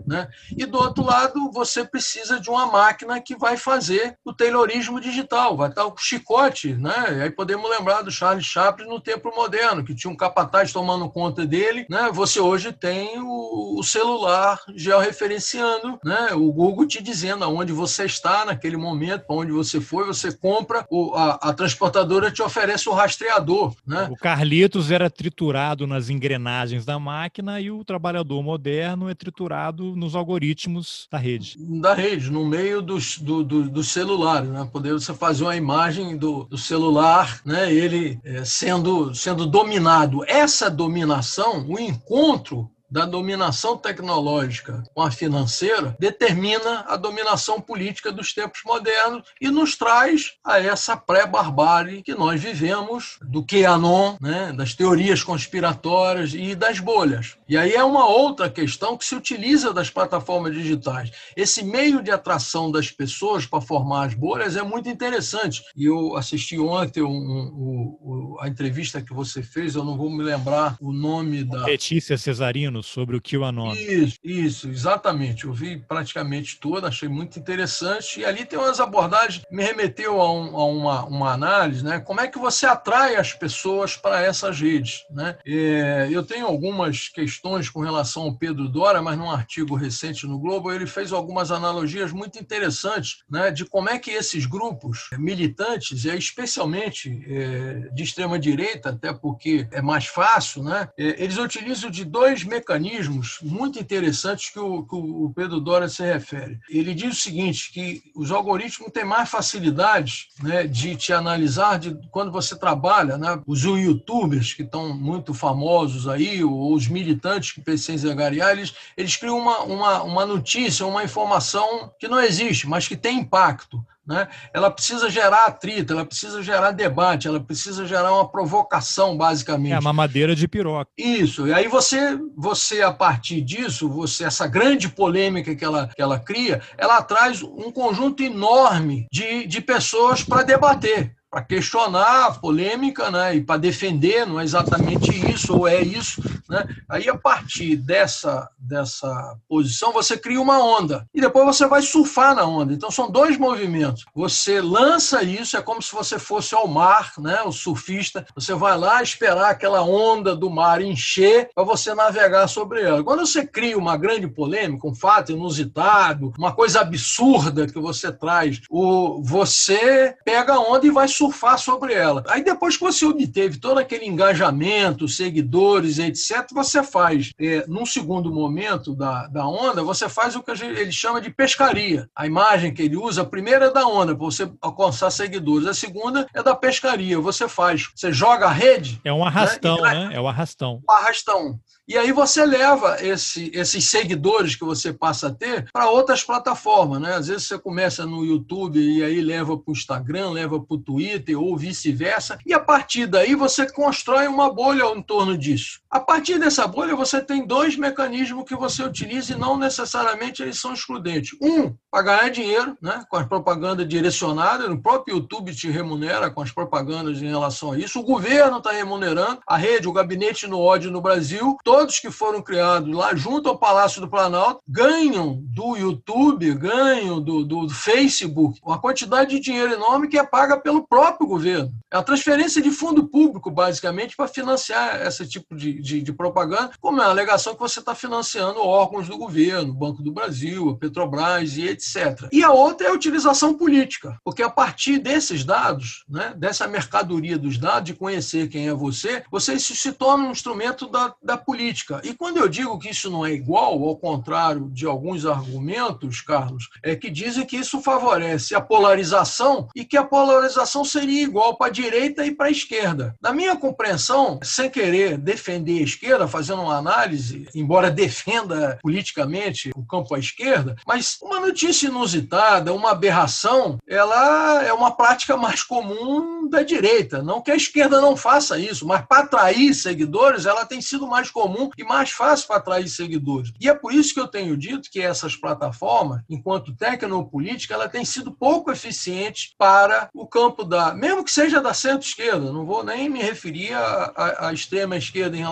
né? E do outro lado, você precisa de uma máquina que vai fazer o taylorismo digital, vai estar o chicote, né? E aí podemos lembrar do Charles Chaplin no tempo moderno, que tinha um capataz tomando conta dele, né? Você hoje tem o, o celular georreferenciando, né? O Google te dizendo aonde você está naquele momento, para onde você foi, você compra, o, a, a transportadora te oferece o rastreador, né? O Carlitos era triturado nas engrenagens da máquina e o trabalhador moderno é triturado nos algoritmos da rede. Da rede, no meio dos, do, do, do celular, né? Poder você fazer uma imagem do, do celular, né? Ele é, sendo, sendo dominado. Essa dominação, o encontro da dominação tecnológica com a financeira determina a dominação política dos tempos modernos e nos traz a essa pré-barbárie que nós vivemos do QAnon, né, das teorias conspiratórias e das bolhas. E aí é uma outra questão que se utiliza das plataformas digitais. Esse meio de atração das pessoas para formar as bolhas é muito interessante. E eu assisti ontem um, um, um, a entrevista que você fez, eu não vou me lembrar o nome da... Letícia Cesarino, sobre o QAnon. Isso, isso, exatamente. Eu vi praticamente toda, achei muito interessante. E ali tem umas abordagens, me remeteu a, um, a uma, uma análise, né? Como é que você atrai as pessoas para essas redes, né? É, eu tenho algumas questões com relação ao Pedro Dória, mas num artigo recente no Globo, ele fez algumas analogias muito interessantes, né? De como é que esses grupos militantes, e especialmente é, de extrema-direita, até porque é mais fácil, né? É, eles utilizam de dois mecanismos mecanismos muito interessantes que o, que o Pedro Dória se refere. Ele diz o seguinte, que os algoritmos têm mais facilidade, né, de te analisar de, quando você trabalha, né, os youtubers que estão muito famosos aí, ou os militantes que precisam angariar, eles, eles criam uma, uma, uma notícia, uma informação que não existe, mas que tem impacto. Né? Ela precisa gerar atrito, ela precisa gerar debate, ela precisa gerar uma provocação, basicamente. É uma mamadeira de piroca. Isso, e aí você, você a partir disso, você, essa grande polêmica que ela, que ela cria, ela traz um conjunto enorme de, de pessoas para debater, para questionar a polêmica, né, e para defender, não é exatamente isso ou é isso, né? Aí, a partir dessa, dessa posição, você cria uma onda e depois você vai surfar na onda. Então, são dois movimentos. Você lança isso, é como se você fosse ao mar, né, o surfista, você vai lá esperar aquela onda do mar encher para você navegar sobre ela. Quando você cria uma grande polêmica, um fato inusitado, uma coisa absurda que você traz, o, você pega a onda e vai surfar sobre ela. Aí depois que você obteve todo aquele engajamento, seguidores, etcétera, você faz, é, num segundo momento da, da onda, você faz o que ele chama de pescaria. A imagem que ele usa, a primeira é da onda, para você alcançar seguidores. A segunda é da pescaria. Você faz, você joga a rede... É um arrastão, né? né? É um arrastão. Um arrastão. E aí você leva esse, esses seguidores que você passa a ter para outras plataformas, né? Às vezes você começa no YouTube e aí leva para o Instagram, leva para o Twitter ou vice-versa. E a partir daí você constrói uma bolha em torno disso. A partir dessa bolha você tem dois mecanismos que você utiliza e não necessariamente eles são excludentes. Um, para ganhar dinheiro, né? Com as propagandas direcionadas. O próprio YouTube te remunera com as propagandas em relação a isso. O governo está remunerando. A rede, o Gabinete no Ódio no Brasil, todos que foram criados lá junto ao Palácio do Planalto ganham do YouTube, ganham do, do Facebook uma quantidade de dinheiro enorme que é paga pelo próprio governo. É a transferência de fundo público, basicamente, para financiar esse tipo de, de, de propaganda, como é a alegação que você está financiando órgãos do governo, Banco do Brasil, a Petrobras e etcétera. E a outra é a utilização política, porque a partir desses dados, né, dessa mercadoria dos dados, de conhecer quem é você, você isso se torna um instrumento da, da política. E quando eu digo que isso não é igual, ao contrário de alguns argumentos, Carlos, é que dizem que isso favorece a polarização e que a polarização seria igual para a direita e para a esquerda. Na minha compreensão, sem querer defender a esquerda, fazendo uma análise, embora defenda politicamente o campo à esquerda, mas uma notícia inusitada, uma aberração, ela é uma prática mais comum da direita. Não que a esquerda não faça isso, mas para atrair seguidores, ela tem sido mais comum e mais fácil para atrair seguidores. E é por isso que eu tenho dito que essas plataformas, enquanto tecnopolítica, ela tem sido pouco eficiente para o campo da, mesmo que seja da centro-esquerda, não vou nem me referir à, à, à extrema-esquerda em relação a isso,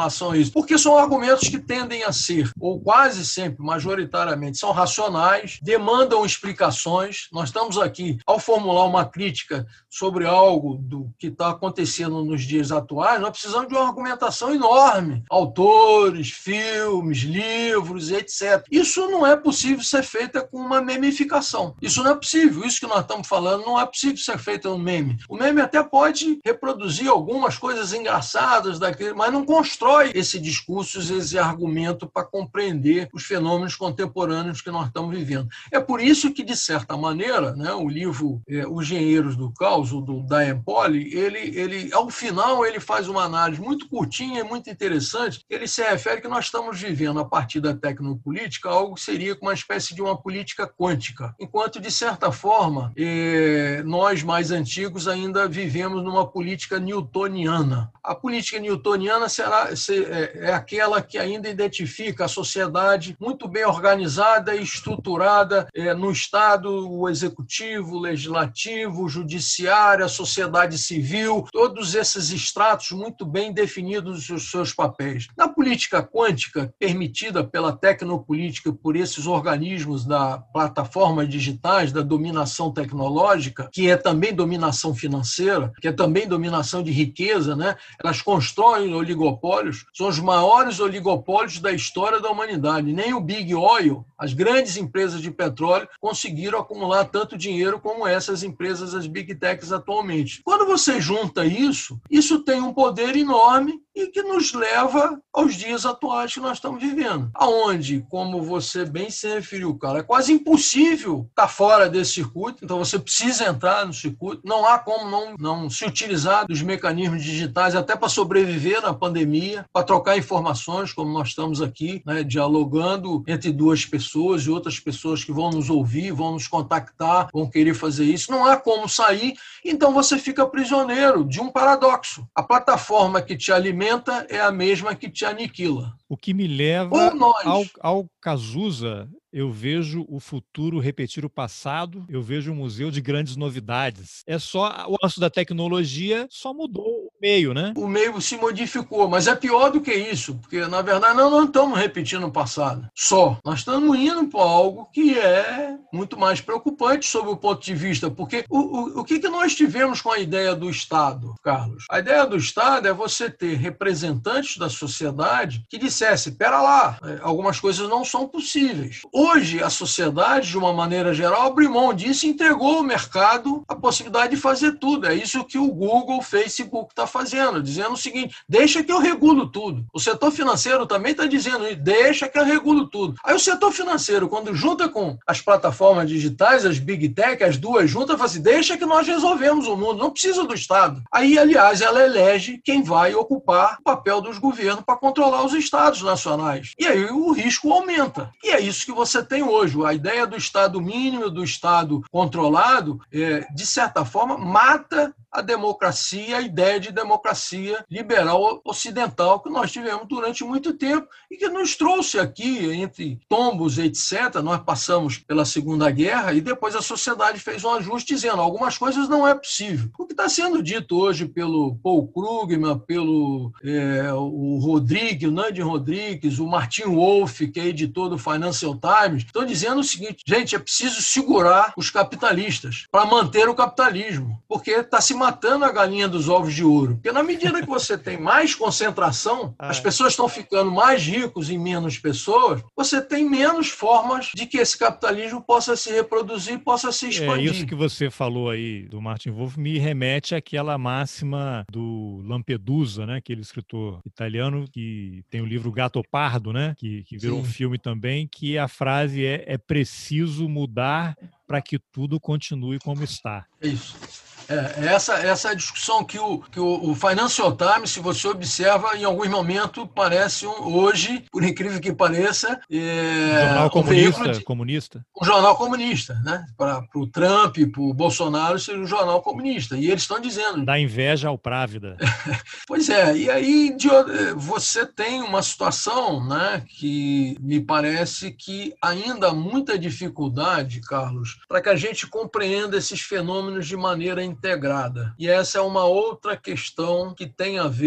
isso? Porque são argumentos que tendem a ser, ou quase sempre, majoritariamente, são racionais, demandam explicações. Nós estamos aqui, ao formular uma crítica sobre algo do que está acontecendo nos dias atuais, nós precisamos de uma argumentação enorme. Autores, filmes, livros, etcétera. Isso não é possível ser feito com uma memificação. Isso não é possível. Isso que nós estamos falando não é possível ser feito um meme. O meme até pode reproduzir algumas coisas engraçadas daquele, mas não constrói esse discurso, esse argumento para compreender os fenômenos contemporâneos que nós estamos vivendo. É por isso que, de certa maneira, né, o livro é, Os Engenheiros do Caos, do Diane Pauli, ele, ele, ao final, ele faz uma análise muito curtinha e muito interessante. Ele se refere que nós estamos vivendo, a partir da tecnopolítica, algo que seria uma espécie de uma política quântica, enquanto, de certa forma, eh, nós mais antigos ainda vivemos numa política newtoniana. A política newtoniana será, se, é, é aquela que ainda identifica a sociedade muito bem organizada e estruturada eh, no Estado, o executivo, o legislativo, o judiciário, a sociedade civil, todos esses estratos muito bem definidos os seus papéis. Na política quântica, permitida pela tecnopolítica, por esses organismos da plataforma digitais, da dominação tecnológica, que é também dominação financeira, que é também dominação de riqueza, né? Elas constroem oligopólios, são os maiores oligopólios da história da humanidade. Nem o Big Oil, as grandes empresas de petróleo, conseguiram acumular tanto dinheiro como essas empresas, as Big Techs atualmente. Quando você junta isso, isso tem um poder enorme e que nos leva aos dias atuais que nós estamos vivendo. Aonde, como você bem se referiu, cara, é quase impossível estar fora desse circuito, então você precisa entrar no circuito, não há como não, não se utilizar dos mecanismos digitais até para sobreviver na pandemia, para trocar informações, como nós estamos aqui, né, dialogando entre duas pessoas e outras pessoas que vão nos ouvir, vão nos contactar, vão querer fazer isso. Não há como sair, então você fica prisioneiro de um paradoxo. A plataforma que te alimenta é a mesma que te aniquila. O que me leva ao, ao Cazuza, eu vejo o futuro repetir o passado, eu vejo um museu de grandes novidades. É só o lance da tecnologia, só mudou o meio, né? O meio se modificou, mas é pior do que isso, porque, na verdade, nós não estamos repetindo o passado. Só. Nós estamos indo para algo que é muito mais preocupante sob o ponto de vista, porque o, o, o que, que nós tivemos com a ideia do Estado, Carlos? A ideia do Estado é você ter representantes da sociedade que dissessem, pera lá, algumas coisas não são possíveis. Hoje, a sociedade, de uma maneira geral, abriu mão disso e entregou ao mercado a possibilidade de fazer tudo. É isso que o Google, o Facebook está fazendo, dizendo o seguinte, deixa que eu regulo tudo. O setor financeiro também está dizendo isso, deixa que eu regulo tudo. Aí o setor financeiro, quando junta com as plataformas digitais, as Big Tech, as duas juntas, fala assim, deixa que nós resolvemos o mundo, não precisa do Estado. Aí, aliás, ela elege quem vai ocupar o papel dos governos para controlar os estados nacionais. E aí o risco aumenta. E é isso que você tem hoje. A ideia do Estado mínimo, do Estado controlado, é, de certa forma, mata a democracia, a ideia de democracia liberal ocidental que nós tivemos durante muito tempo e que nos trouxe aqui, entre tombos, etcétera. Nós passamos pela Segunda Guerra e depois a sociedade fez um ajuste dizendo algumas coisas não é possível. O que está sendo dito hoje pelo Paul Krugman, pelo é, o Rodrigues, o Nandin Rodrigues, o Martin Wolf, que é editor do Financial Times, estão dizendo o seguinte, gente, é preciso segurar os capitalistas para manter o capitalismo, porque está se matando a galinha dos ovos de ouro. Porque na medida que você tem mais concentração, as pessoas estão ficando mais ricos e menos pessoas, você tem menos formas de que esse capitalismo possa se reproduzir, possa se expandir. É isso que você falou aí do Martin Wolf me remete àquela máxima do Lampedusa, né? Aquele escritor italiano que tem o livro Gattopardo, né? Que, que virou um filme também, que a frase é, é preciso mudar para que tudo continue como está. É isso. É, essa, essa é a discussão que, o, que o, o Financial Times, se você observa, em algum momento parece um, hoje, por incrível que pareça, é, jornal um comunista, de, comunista. Um jornal comunista, né? Para o Trump, para o Bolsonaro, seria um jornal comunista. E eles estão dizendo... Dá inveja ao Právida. Pois é, e aí de, você tem uma situação, né, que me parece que ainda há muita dificuldade, Carlos, para que a gente compreenda esses fenômenos de maneira integrada. E essa é uma outra questão que tem a ver com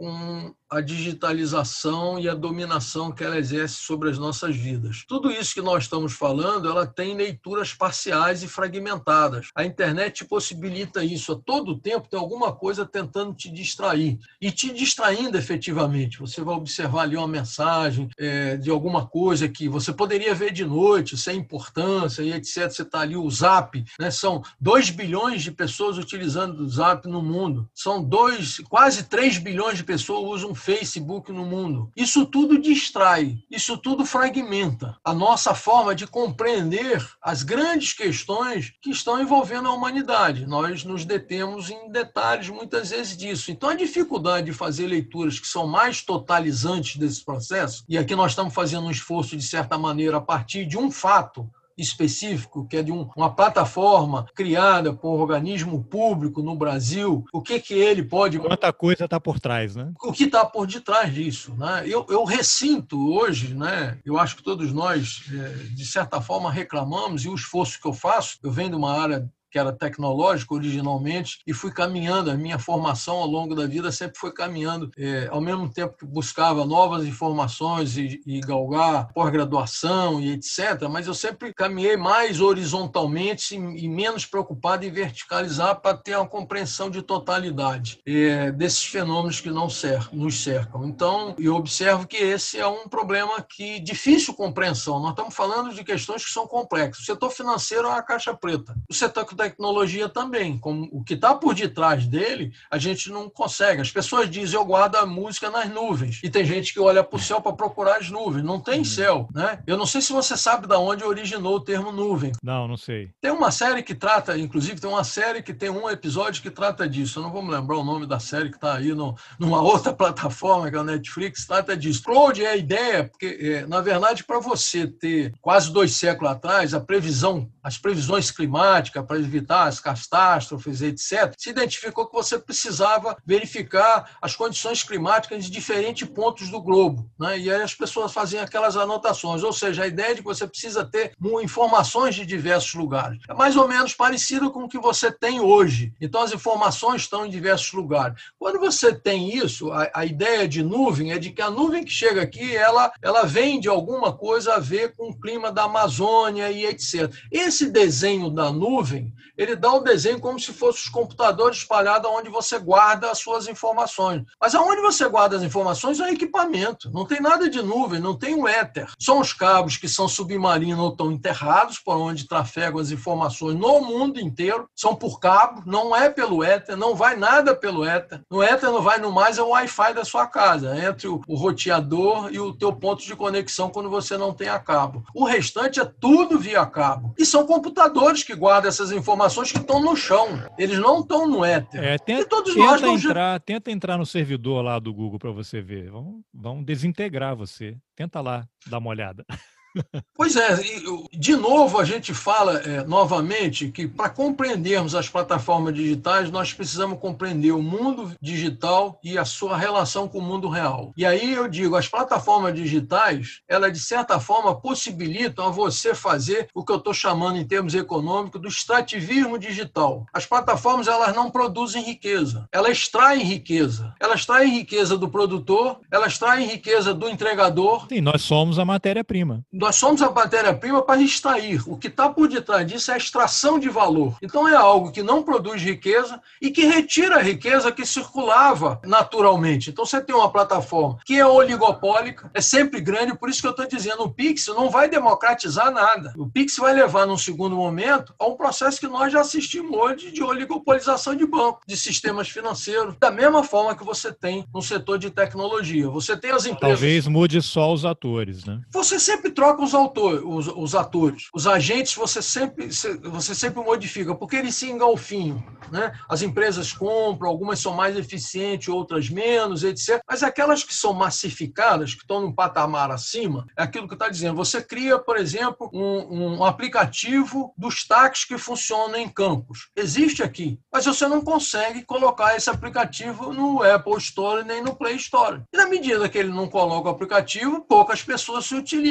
com a digitalização e a dominação que ela exerce sobre as nossas vidas. Tudo isso que nós estamos falando, ela tem leituras parciais e fragmentadas. A internet possibilita isso. A todo tempo tem alguma coisa tentando te distrair. E te distraindo efetivamente. Você vai observar ali uma mensagem é, de alguma coisa que você poderia ver de noite, sem importância, e etcétera. Você está ali, o Zap, né? São dois bilhões de pessoas utilizando o Zap no mundo. São dois, quase três bilhões de pessoas usam Facebook no mundo. Isso tudo distrai, isso tudo fragmenta a nossa forma de compreender as grandes questões que estão envolvendo a humanidade. Nós nos detemos em detalhes muitas vezes disso. Então a dificuldade de fazer leituras que são mais totalizantes desse processo, e aqui nós estamos fazendo um esforço de certa maneira a partir de um fato específico, que é de um, uma plataforma criada por um organismo público no Brasil, o que que ele pode... Quanta coisa está por trás, né? O que está por detrás disso, né? Eu, eu ressinto hoje, né? Eu acho que todos nós, de certa forma, reclamamos, e o esforço que eu faço, eu venho de uma área que era tecnológico originalmente, e fui caminhando, a minha formação ao longo da vida sempre foi caminhando, é, ao mesmo tempo que buscava novas informações e, e galgar pós-graduação e etcétera, mas eu sempre caminhei mais horizontalmente e, e menos preocupado em verticalizar para ter uma compreensão de totalidade é, desses fenômenos que não cer- nos cercam. Então, eu observo que esse é um problema que difícil compreensão. Nós estamos falando de questões que são complexas. O setor financeiro é uma caixa preta. O setor tecnologia também, como o que está por detrás dele, a gente não consegue. As pessoas dizem, eu guardo a música nas nuvens, e tem gente que olha para o céu para procurar as nuvens, não tem céu, né? Eu não sei se você sabe de onde originou o termo nuvem. Não, não sei. Tem uma série que trata, inclusive tem uma série que tem um episódio que trata disso, eu não vou me lembrar o nome da série que está aí no, numa outra plataforma, que é a Netflix, trata disso. Cloud é a ideia, porque, é, na verdade, para você ter quase dois séculos atrás, a previsão, as previsões climáticas, para evitar as catástrofes, etcétera, se identificou que você precisava verificar as condições climáticas de diferentes pontos do globo, né? E aí as pessoas faziam aquelas anotações, ou seja, a ideia de que você precisa ter informações de diversos lugares. É mais ou menos parecido com o que você tem hoje. Então as informações estão em diversos lugares. Quando você tem isso, a, a ideia de nuvem é de que a nuvem que chega aqui, ela, ela vem de alguma coisa a ver com o clima da Amazônia e etcétera. Esse desenho da nuvem, ele dá o desenho como se fossem os computadores espalhados onde você guarda as suas informações. Mas aonde você guarda as informações é o equipamento. Não tem nada de nuvem, não tem o éter. São os cabos que são submarinos ou estão enterrados, por onde trafegam as informações no mundo inteiro. São por cabo, não é pelo éter, não vai nada pelo éter. No éter não vai no mais, é o Wi-Fi da sua casa, entre o, o roteador e o teu ponto de conexão quando você não tem a cabo. O restante é tudo via cabo. E são computadores que guardam essas informações que estão no chão. Eles não estão no éter. É, tenta, e todos tenta, nós não... entrar, tenta entrar no servidor lá do Google para você ver. Vão, vão desintegrar você. Tenta lá dar uma olhada. Pois é, de novo a gente fala é, novamente que para compreendermos as plataformas digitais nós precisamos compreender o mundo digital e a sua relação com o mundo real. E aí eu digo, as plataformas digitais, elas de certa forma possibilitam a você fazer o que eu estou chamando em termos econômicos do extrativismo digital. As plataformas elas não produzem riqueza, elas extraem riqueza. Elas extraem riqueza do produtor, elas extraem riqueza do entregador. Sim, nós somos a matéria-prima. Nós somos a matéria-prima para extrair. O que está por detrás disso é a extração de valor. Então é algo que não produz riqueza e que retira a riqueza que circulava naturalmente. Então você tem uma plataforma que é oligopólica, é sempre grande, por isso que eu estou dizendo, o Pix não vai democratizar nada. O Pix vai levar, num segundo momento, a um processo que nós já assistimos hoje de oligopolização de banco, de sistemas financeiros, da mesma forma que você tem no setor de tecnologia. Você tem as empresas... Talvez mude só os atores, né? Você sempre troca os, autores, os, os atores. Os agentes você sempre, você sempre modifica, porque eles se engalfinham, né? As empresas compram, algumas são mais eficientes, outras menos, etcétera. Mas aquelas que são massificadas, que estão num patamar acima, é aquilo que está dizendo. Você cria, por exemplo, um, um aplicativo dos táxis que funcionam em campos. Existe aqui, mas você não consegue colocar esse aplicativo no Apple Store nem no Play Store. E na medida que ele não coloca o aplicativo, poucas pessoas se utilizam. E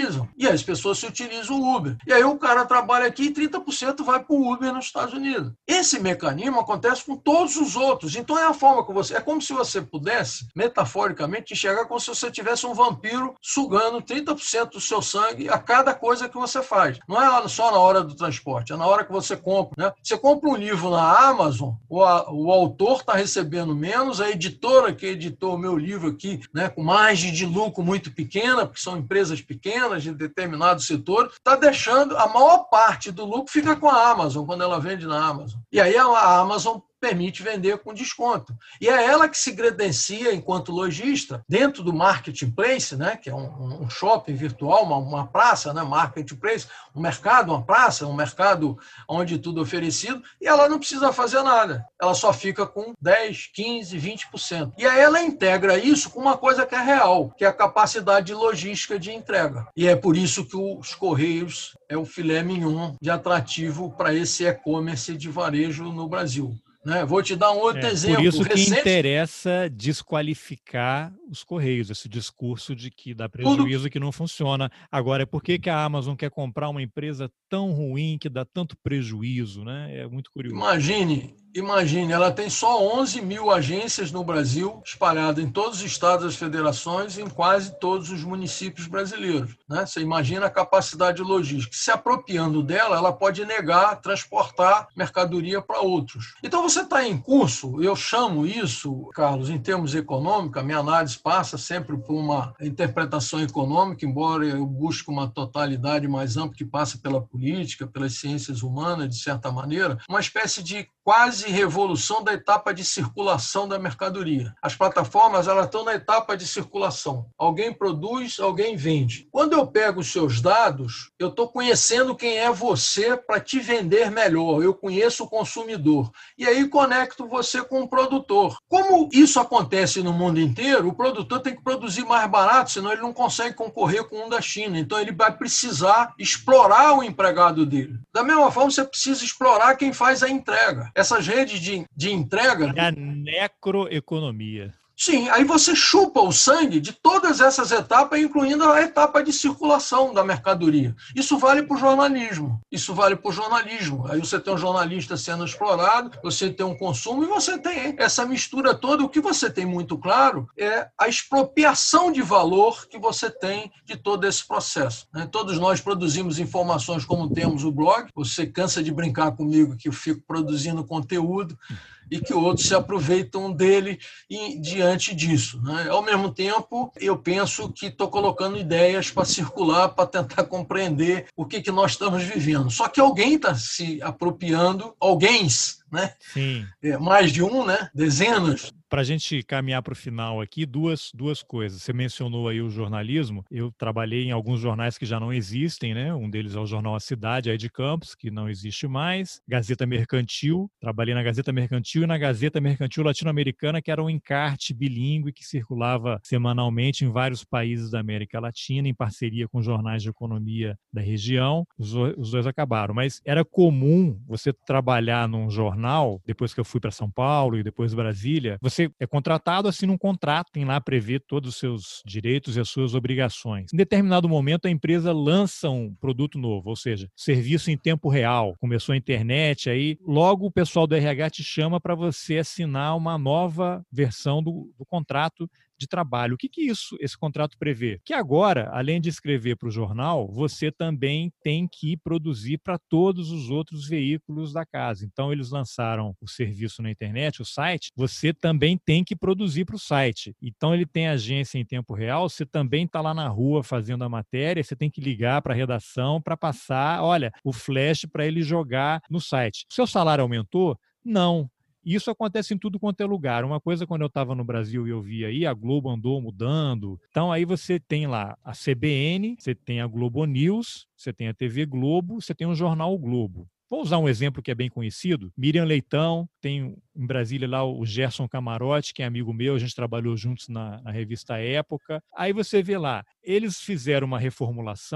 as pessoas se utilizam o Uber. E aí o cara trabalha aqui e trinta por cento vai para o Uber nos Estados Unidos. Esse mecanismo acontece com todos os outros. Então é a forma que você... É como se você pudesse, metaforicamente, enxergar como se você tivesse um vampiro sugando trinta por cento do seu sangue a cada coisa que você faz. Não é só na hora do transporte, é na hora que você compra, né? Você compra um livro na Amazon, o, a, o autor está recebendo menos, a editora que editou o meu livro aqui, né, com margem de lucro muito pequena, porque são empresas pequenas de determinado setor, está deixando a maior parte do lucro fica com a Amazon, quando ela vende na Amazon. E aí a Amazon permite vender com desconto. E é ela que se credencia enquanto lojista dentro do marketplace, né, que é um, um shopping virtual, uma, uma praça, né, marketplace, um mercado, uma praça, um mercado onde tudo é oferecido, e ela não precisa fazer nada. Ela só fica com dez, quinze, vinte por cento. E aí ela integra isso com uma coisa que é real, que é a capacidade de logística de entrega. E é por isso que os Correios é o filé mignon de atrativo para esse e-commerce de varejo no Brasil. Né? Vou te dar um outro é, exemplo. Por isso que Recente... interessa desqualificar os Correios, esse discurso de que dá prejuízo, Tudo... que não funciona. Agora, por que que a Amazon quer comprar uma empresa tão ruim, que dá tanto prejuízo? Né? É muito curioso. Imagine, imagine, ela tem só onze mil agências no Brasil, espalhadas em todos os estados das federações e em quase todos os municípios brasileiros. Né? Você imagina a capacidade logística. Se apropriando dela, ela pode negar, transportar mercadoria para outros. Então, você está em curso, eu chamo isso, Carlos, em termos econômicos, a minha análise passa sempre por uma interpretação econômica, embora eu busque uma totalidade mais ampla que passa pela política, pelas ciências humanas, de certa maneira, uma espécie de quase revolução da etapa de circulação da mercadoria. As plataformas elas estão na etapa de circulação. Alguém produz, alguém vende. Quando eu pego os seus dados, eu estou conhecendo quem é você para te vender melhor. Eu conheço o consumidor. E aí conecto você com o produtor. Como isso acontece no mundo inteiro, o produtor tem que produzir mais barato, senão ele não consegue concorrer com um da China. Então ele vai precisar explorar o empregado dele. Da mesma forma, você precisa explorar quem faz a entrega. Essas redes de, de entrega... É a necroeconomia. Sim, aí você chupa o sangue de todas essas etapas, incluindo a etapa de circulação da mercadoria. Isso vale para o jornalismo. Isso vale para o jornalismo. Aí você tem um jornalista sendo explorado, você tem um consumo e você tem essa mistura toda. O que você tem muito claro é a expropriação de valor que você tem de todo esse processo. Né? Todos nós produzimos informações como temos o blog. Você cansa de brincar comigo que eu fico produzindo conteúdo e que outros se aproveitam dele e diante disso. Né? Ao mesmo tempo, eu penso que estou colocando ideias para circular, para tentar compreender o que, que nós estamos vivendo. Só que alguém está se apropriando, alguém, né? Sim. É, mais de um, né? Dezenas. Para a gente caminhar para o final aqui, duas, duas coisas. Você mencionou aí o jornalismo. Eu trabalhei em alguns jornais que já não existem, né? Um deles é o jornal A Cidade, aí de Campos, que não existe mais. Gazeta Mercantil. Trabalhei na Gazeta Mercantil e na Gazeta Mercantil Latino-Americana, que era um encarte bilíngue que circulava semanalmente em vários países da América Latina, em parceria com jornais de economia da região. Os, os dois acabaram. Mas era comum você trabalhar num jornal, depois que eu fui para São Paulo e depois Brasília, você é contratado, assina um contrato, tem lá prevê todos os seus direitos e as suas obrigações. Em determinado momento, a empresa lança um produto novo, ou seja, serviço em tempo real. Começou a internet, aí logo o pessoal do R H te chama para você assinar uma nova versão do, do contrato de trabalho. O que que isso, esse contrato prevê? Que agora, além de escrever para o jornal, você também tem que produzir para todos os outros veículos da casa. Então, eles lançaram o serviço na internet, o site, você também tem que produzir para o site. Então, ele tem agência em tempo real, você também está lá na rua fazendo a matéria, você tem que ligar para a redação para passar, olha, o flash para ele jogar no site. O seu salário aumentou? Não. Isso acontece em tudo quanto é lugar. Uma coisa, quando eu estava no Brasil e eu vi aí, a Globo andou mudando. Então, aí você tem lá a C B N, você tem a Globo News, você tem a T V Globo, você tem o jornal o Globo. Vou usar um exemplo que é bem conhecido. Miriam Leitão, tem em Brasília lá o Gerson Camarote, que é amigo meu, a gente trabalhou juntos na, na revista Época. Aí você vê lá, eles fizeram uma reformulação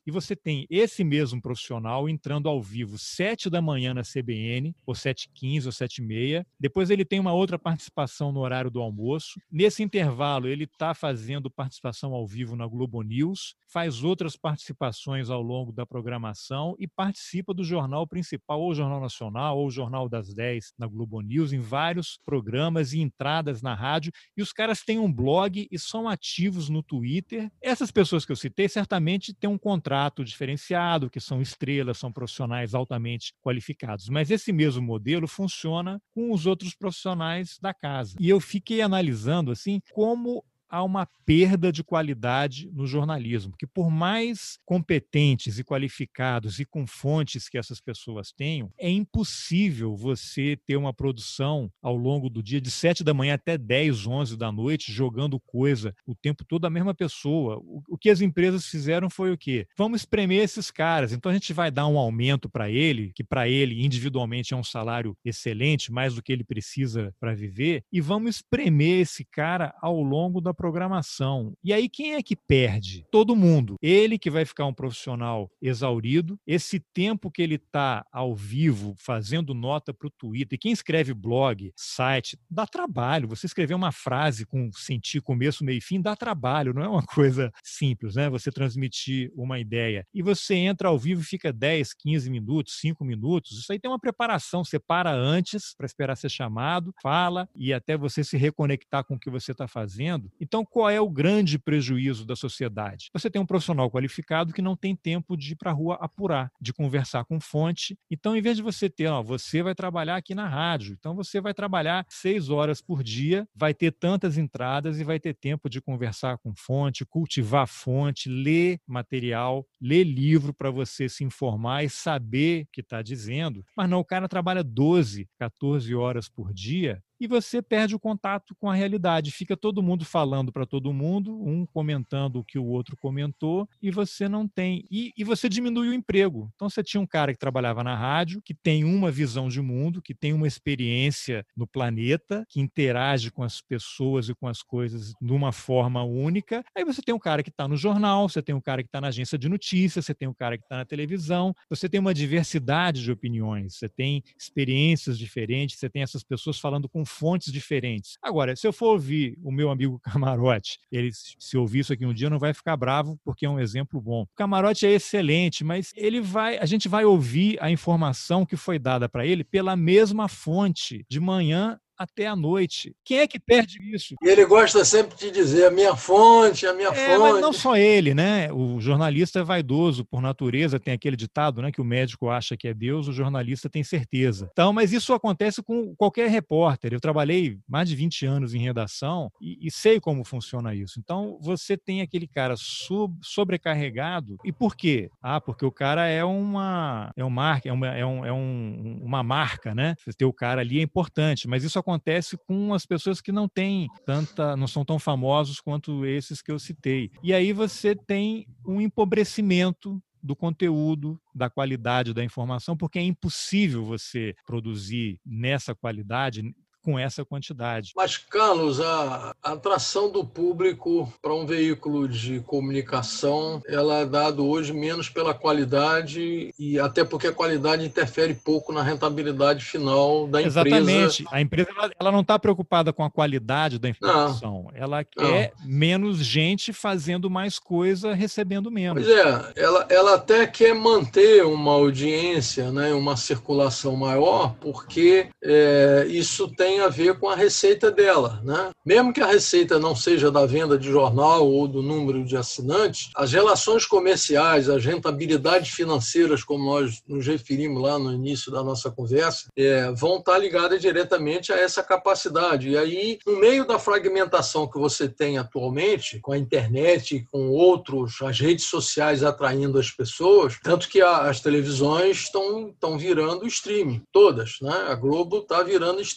E você tem esse mesmo profissional entrando ao vivo sete da manhã na C B N, ou sete e quinze, ou sete e meia. Depois ele tem uma outra participação no horário do almoço. Nesse intervalo, ele está fazendo participação ao vivo na Globo News, faz outras participações ao longo da programação e participa do jornal principal, ou o Jornal Nacional, ou o Jornal das dez na Globo News, em vários programas e entradas na rádio. E os caras têm um blog e são ativos no Twitter. Essas pessoas que eu citei certamente têm um contrato diferenciado, que são estrelas, são profissionais altamente qualificados. Mas esse mesmo modelo funciona com os outros profissionais da casa. E eu fiquei analisando assim como há uma perda de qualidade no jornalismo, porque por mais competentes e qualificados e com fontes que essas pessoas tenham, é impossível você ter uma produção ao longo do dia de sete da manhã até dez, onze da noite, jogando coisa o tempo todo a mesma pessoa. O, o que as empresas fizeram foi o quê? Vamos espremer esses caras, então a gente vai dar um aumento para ele, que para ele individualmente é um salário excelente, mais do que ele precisa para viver, e vamos espremer esse cara ao longo da programação. E aí quem é que perde? Todo mundo. Ele que vai ficar um profissional exaurido, esse tempo que ele está ao vivo fazendo nota para o Twitter, e quem escreve blog, site, dá trabalho. Você escrever uma frase com sentir começo, meio e fim, dá trabalho, não é uma coisa simples, né? Você transmitir uma ideia. E você entra ao vivo e fica dez, quinze minutos, cinco minutos, isso aí tem uma preparação, você para antes para esperar ser chamado, fala e até você se reconectar com o que você está fazendo. Então, qual é o grande prejuízo da sociedade? Você tem um profissional qualificado que não tem tempo de ir para a rua apurar, de conversar com fonte. Então, em vez de você ter, ó, você vai trabalhar aqui na rádio, então você vai trabalhar seis horas por dia, vai ter tantas entradas e vai ter tempo de conversar com fonte, cultivar fonte, ler material, ler livro para você se informar e saber o que está dizendo. Mas não, o cara trabalha doze, quatorze horas por dia e você perde o contato com a realidade. Fica todo mundo falando para todo mundo, um comentando o que o outro comentou, e você não tem. E, e você diminui o emprego. Então você tinha um cara que trabalhava na rádio, que tem uma visão de mundo, que tem uma experiência no planeta, que interage com as pessoas e com as coisas de uma forma única. Aí você tem um cara que está no jornal, você tem um cara que está na agência de notícias, você tem um cara que está na televisão, você tem uma diversidade de opiniões, você tem experiências diferentes, você tem essas pessoas falando com fontes diferentes. Agora, se eu for ouvir o meu amigo Camarote, ele, se ouvir isso aqui um dia, não vai ficar bravo, porque é um exemplo bom. O Camarote é excelente, mas ele vai, a gente vai ouvir a informação que foi dada para ele pela mesma fonte, de manhã até a noite. Quem é que perde isso? E ele gosta sempre de dizer a minha fonte, a minha é, fonte. Mas não só ele, né? O jornalista é vaidoso por natureza, tem aquele ditado, né, que o médico acha que é Deus, o jornalista tem certeza. Então, mas isso acontece com qualquer repórter. Eu trabalhei mais de vinte anos em redação e, e sei como funciona isso. Então, você tem aquele cara sub, sobrecarregado. E por quê? Ah, porque o cara é uma, é uma marca, é uma, é um, é um, uma marca, né? Você ter o cara ali é importante, mas isso acontece com as pessoas que não têm tanta, não são tão famosos quanto esses que eu citei. E aí você tem um empobrecimento do conteúdo, da qualidade da informação, porque é impossível você produzir nessa qualidade com essa quantidade. Mas, Carlos, a atração do público para um veículo de comunicação, ela é dada hoje menos pela qualidade e até porque a qualidade interfere pouco na rentabilidade final da empresa. Exatamente. A empresa ela, ela não está preocupada com a qualidade da informação. Não. Ela quer não. menos gente fazendo mais coisa, recebendo menos. Pois é, ela, ela até quer manter uma audiência, né, uma circulação maior, porque é, isso tem a ver com a receita dela, né? Mesmo que a receita não seja da venda de jornal ou do número de assinantes, as relações comerciais, as rentabilidades financeiras, como nós nos referimos lá no início da nossa conversa, é, vão estar ligadas diretamente a essa capacidade. E aí, no meio da fragmentação que você tem atualmente, com a internet, com outros, as redes sociais atraindo as pessoas, tanto que a, as televisões estão estão virando streaming, todas, né? A Globo está virando streaming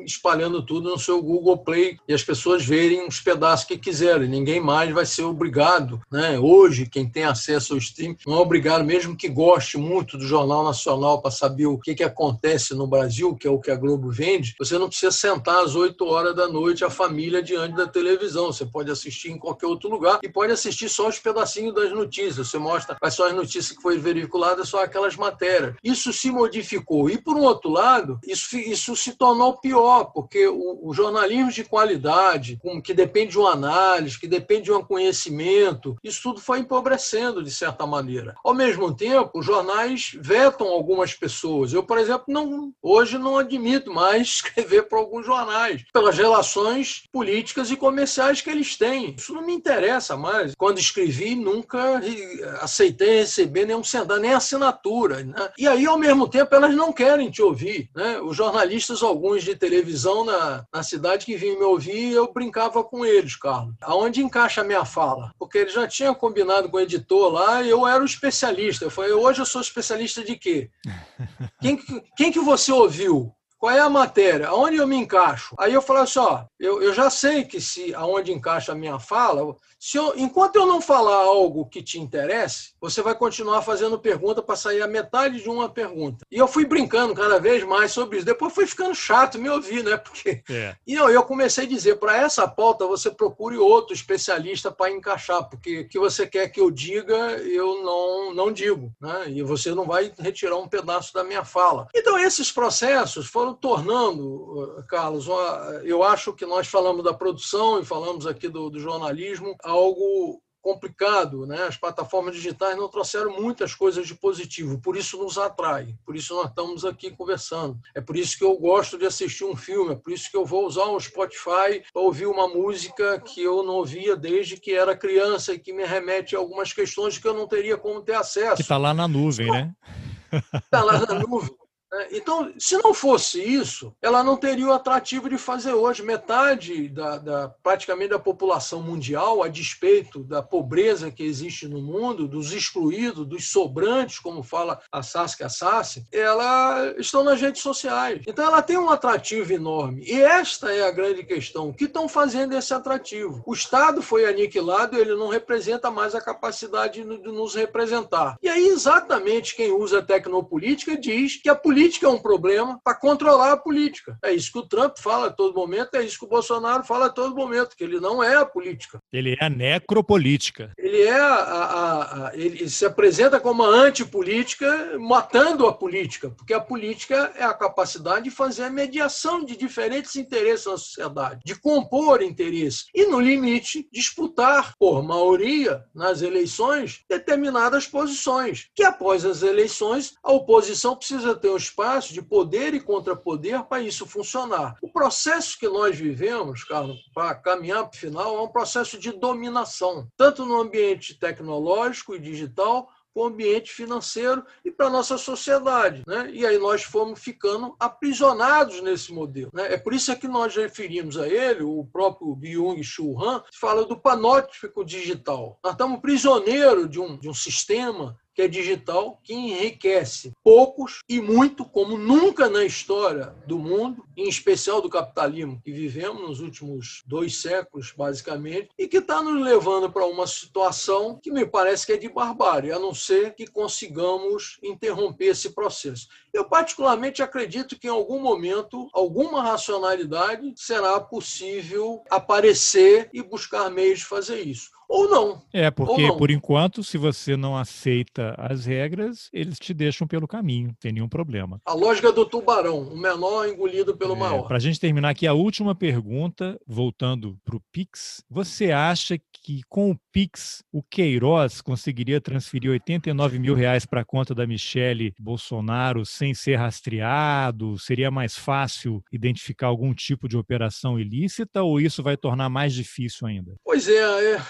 espalhando tudo no seu Google Play e as pessoas verem os pedaços que quiserem. Ninguém mais vai ser obrigado, né? Hoje, quem tem acesso ao stream não é obrigado, mesmo que goste muito do Jornal Nacional para saber o que, que acontece no Brasil, que é o que a Globo vende, você não precisa sentar às oito horas da noite a família diante da televisão. Você pode assistir em qualquer outro lugar e pode assistir só os pedacinhos das notícias. Você mostra quais são as notícias que foram veiculadas, só aquelas matérias. Isso se modificou. E, por um outro lado, isso, isso se tornou pior, porque o, o jornalismo de qualidade, que depende de uma análise, que depende de um conhecimento, isso tudo foi empobrecendo, de certa maneira. Ao mesmo tempo, os jornais vetam algumas pessoas. Eu, por exemplo, não, hoje não admito mais escrever para alguns jornais, pelas relações políticas e comerciais que eles têm. Isso não me interessa mais. Quando escrevi, nunca aceitei receber nenhum centavo, nem assinatura, né? E aí, ao mesmo tempo, elas não querem te ouvir, né? Os jornalistas, alguns de televisão na, na cidade que vinham me ouvir, eu brincava com eles, Carlos. Aonde encaixa a minha fala? Porque ele já tinha combinado com o editor lá e eu era o especialista. Eu falei, hoje eu sou especialista de quê? Quem, quem que você ouviu? Qual é a matéria? Aonde eu me encaixo? Aí eu falei assim, ó, eu, eu já sei que se aonde encaixa a minha fala, se eu, enquanto eu não falar algo que te interesse, você vai continuar fazendo pergunta para sair a metade de uma pergunta. E eu fui brincando cada vez mais sobre isso. Depois foi ficando chato me ouvir, né? Porque... É. E eu, eu comecei a dizer, para essa pauta você procure outro especialista para encaixar, porque o que você quer que eu diga, eu não, não digo, né? E você não vai retirar um pedaço da minha fala. Então esses processos foram tornando, Carlos, eu acho que nós falamos da produção e falamos aqui do, do jornalismo, algo complicado, né? As plataformas digitais não trouxeram muitas coisas de positivo, por isso nos atrai, por isso nós estamos aqui conversando. É por isso que eu gosto de assistir um filme, é por isso que eu vou usar o Spotify para ouvir uma música que eu não ouvia desde que era criança e que me remete a algumas questões que eu não teria como ter acesso. Que está lá na nuvem, né? Está lá na nuvem. Então, se não fosse isso, ela não teria o atrativo de fazer hoje. Metade da, da, praticamente da população mundial, a despeito da pobreza que existe no mundo, dos excluídos, dos sobrantes, como fala a Saskia Assassi, ela estão nas redes sociais. Então, ela tem um atrativo enorme. E esta é a grande questão. O que estão fazendo esse atrativo? O Estado foi aniquilado, ele não representa mais a capacidade de nos representar. E aí, exatamente quem usa a tecnopolítica diz que a política Política é um problema para controlar a política. É isso que o Trump fala a todo momento, é isso que o Bolsonaro fala a todo momento, que ele não é a política. Ele é a necropolítica. Ele, é a, a, a, ele se apresenta como a antipolítica, matando a política, porque a política é a capacidade de fazer a mediação de diferentes interesses na sociedade, de compor interesses e, no limite, disputar, por maioria, nas eleições, determinadas posições, que após as eleições, a oposição precisa ter um espaço de poder e contrapoder para isso funcionar. O processo que nós vivemos, Carlos, para caminhar para o final, é um processo de dominação, tanto no ambiente tecnológico e digital, para o ambiente financeiro e para a nossa sociedade, né? E aí nós fomos ficando aprisionados nesse modelo, né? É por isso que nós referimos a ele, o próprio Byung-Chul Han, fala do panóptico digital. Nós estamos prisioneiros de um, de um sistema que é digital, que enriquece poucos e muito, como nunca na história do mundo, em especial do capitalismo que vivemos nos últimos dois séculos, basicamente, e que está nos levando para uma situação que me parece que é de barbárie, a não ser que consigamos interromper esse processo. Eu, particularmente, acredito que, em algum momento, alguma racionalidade será possível aparecer e buscar meios de fazer isso. Ou não. É, porque, não. Por enquanto, se você não aceita as regras, eles te deixam pelo caminho, sem nenhum problema. A lógica do tubarão, o menor engolido pelo é, maior. Para a gente terminar aqui, a última pergunta, voltando para o Pix. Você acha que, com o Pix, o Queiroz conseguiria transferir oitenta e nove mil reais para a conta da Michele Bolsonaro sem ser rastreado? Seria mais fácil identificar algum tipo de operação ilícita ou isso vai tornar mais difícil ainda? Pois é, é,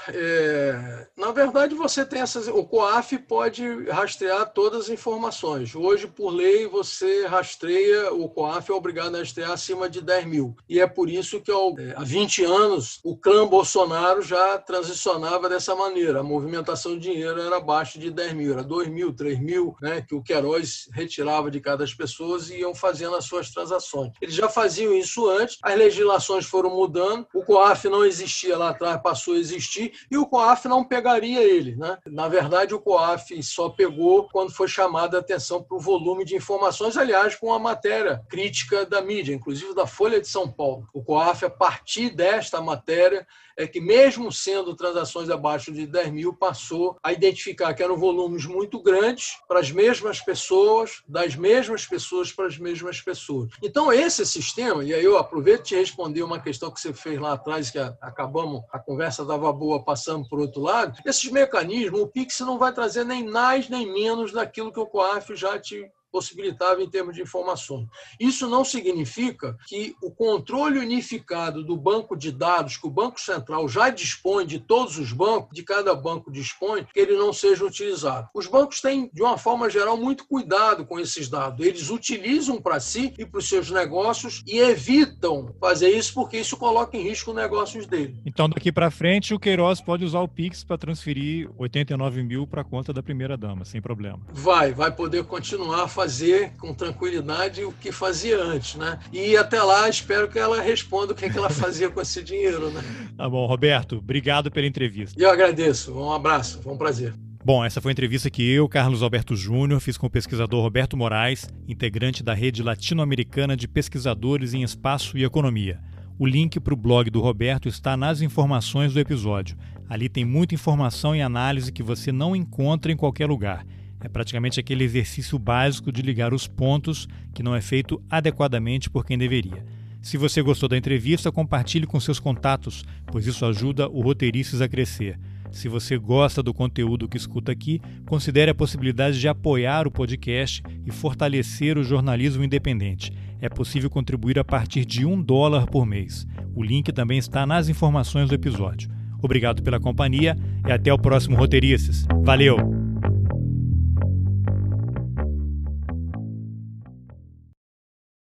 é na verdade você tem essas, o COAF pode rastrear todas as informações. Hoje, por lei, você rastreia, o COAF é obrigado a rastrear acima de dez mil. E é por isso que há vinte anos o clã Bolsonaro já transicionava dessa maneira. A movimentação de dinheiro era abaixo de dez mil, era dois mil, três mil, né, que o Queiroz retirava de cada pessoa e iam fazendo as suas transações. Eles já faziam isso antes, as legislações foram mudando, o COAF não existia lá atrás, passou a existir, e o COAF não pegaria ele, né? Na verdade, o COAF só pegou quando foi chamada a atenção para o volume de informações, aliás, com a matéria crítica da mídia, inclusive da Folha de São Paulo. O COAF, a partir desta matéria, é que mesmo sendo transações abaixo de dez mil, passou a identificar que eram volumes muito grandes para as mesmas pessoas, das mesmas pessoas para as mesmas pessoas. Então, esse sistema, e aí eu aproveito de te responder uma questão que você fez lá atrás, que acabamos, a conversa estava boa, passando por outro lado, esses mecanismos, o Pix não vai trazer nem mais nem menos daquilo que o COAF já te possibilitava em termos de informações. Isso não significa que o controle unificado do banco de dados, que o Banco Central já dispõe de todos os bancos, de cada banco dispõe, que ele não seja utilizado. Os bancos têm, de uma forma geral, muito cuidado com esses dados. Eles utilizam para si e para os seus negócios e evitam fazer isso porque isso coloca em risco os negócios dele. Então, daqui para frente, o Queiroz pode usar o Pix para transferir oitenta e nove mil para a conta da primeira-dama, sem problema. Vai, vai poder continuar fazer com tranquilidade o que fazia antes, né? E até lá espero que ela responda o que, é que ela fazia com esse dinheiro, né? Tá bom, Roberto, obrigado pela entrevista. Eu agradeço, um abraço, foi um prazer. Bom, essa foi a entrevista que eu, Carlos Alberto Júnior, fiz com o pesquisador Roberto Moraes, integrante da Rede Latino-Americana de Pesquisadores em Espaço e Economia. O link para o blog do Roberto está nas informações do episódio. Ali tem muita informação e análise que você não encontra em qualquer lugar. É praticamente aquele exercício básico de ligar os pontos que não é feito adequadamente por quem deveria. Se você gostou da entrevista, compartilhe com seus contatos, pois isso ajuda o Roteiristas a crescer. Se você gosta do conteúdo que escuta aqui, considere a possibilidade de apoiar o podcast e fortalecer o jornalismo independente. É possível contribuir a partir de um dólar por mês. O link também está nas informações do episódio. Obrigado pela companhia e até o próximo Roteiristas. Valeu!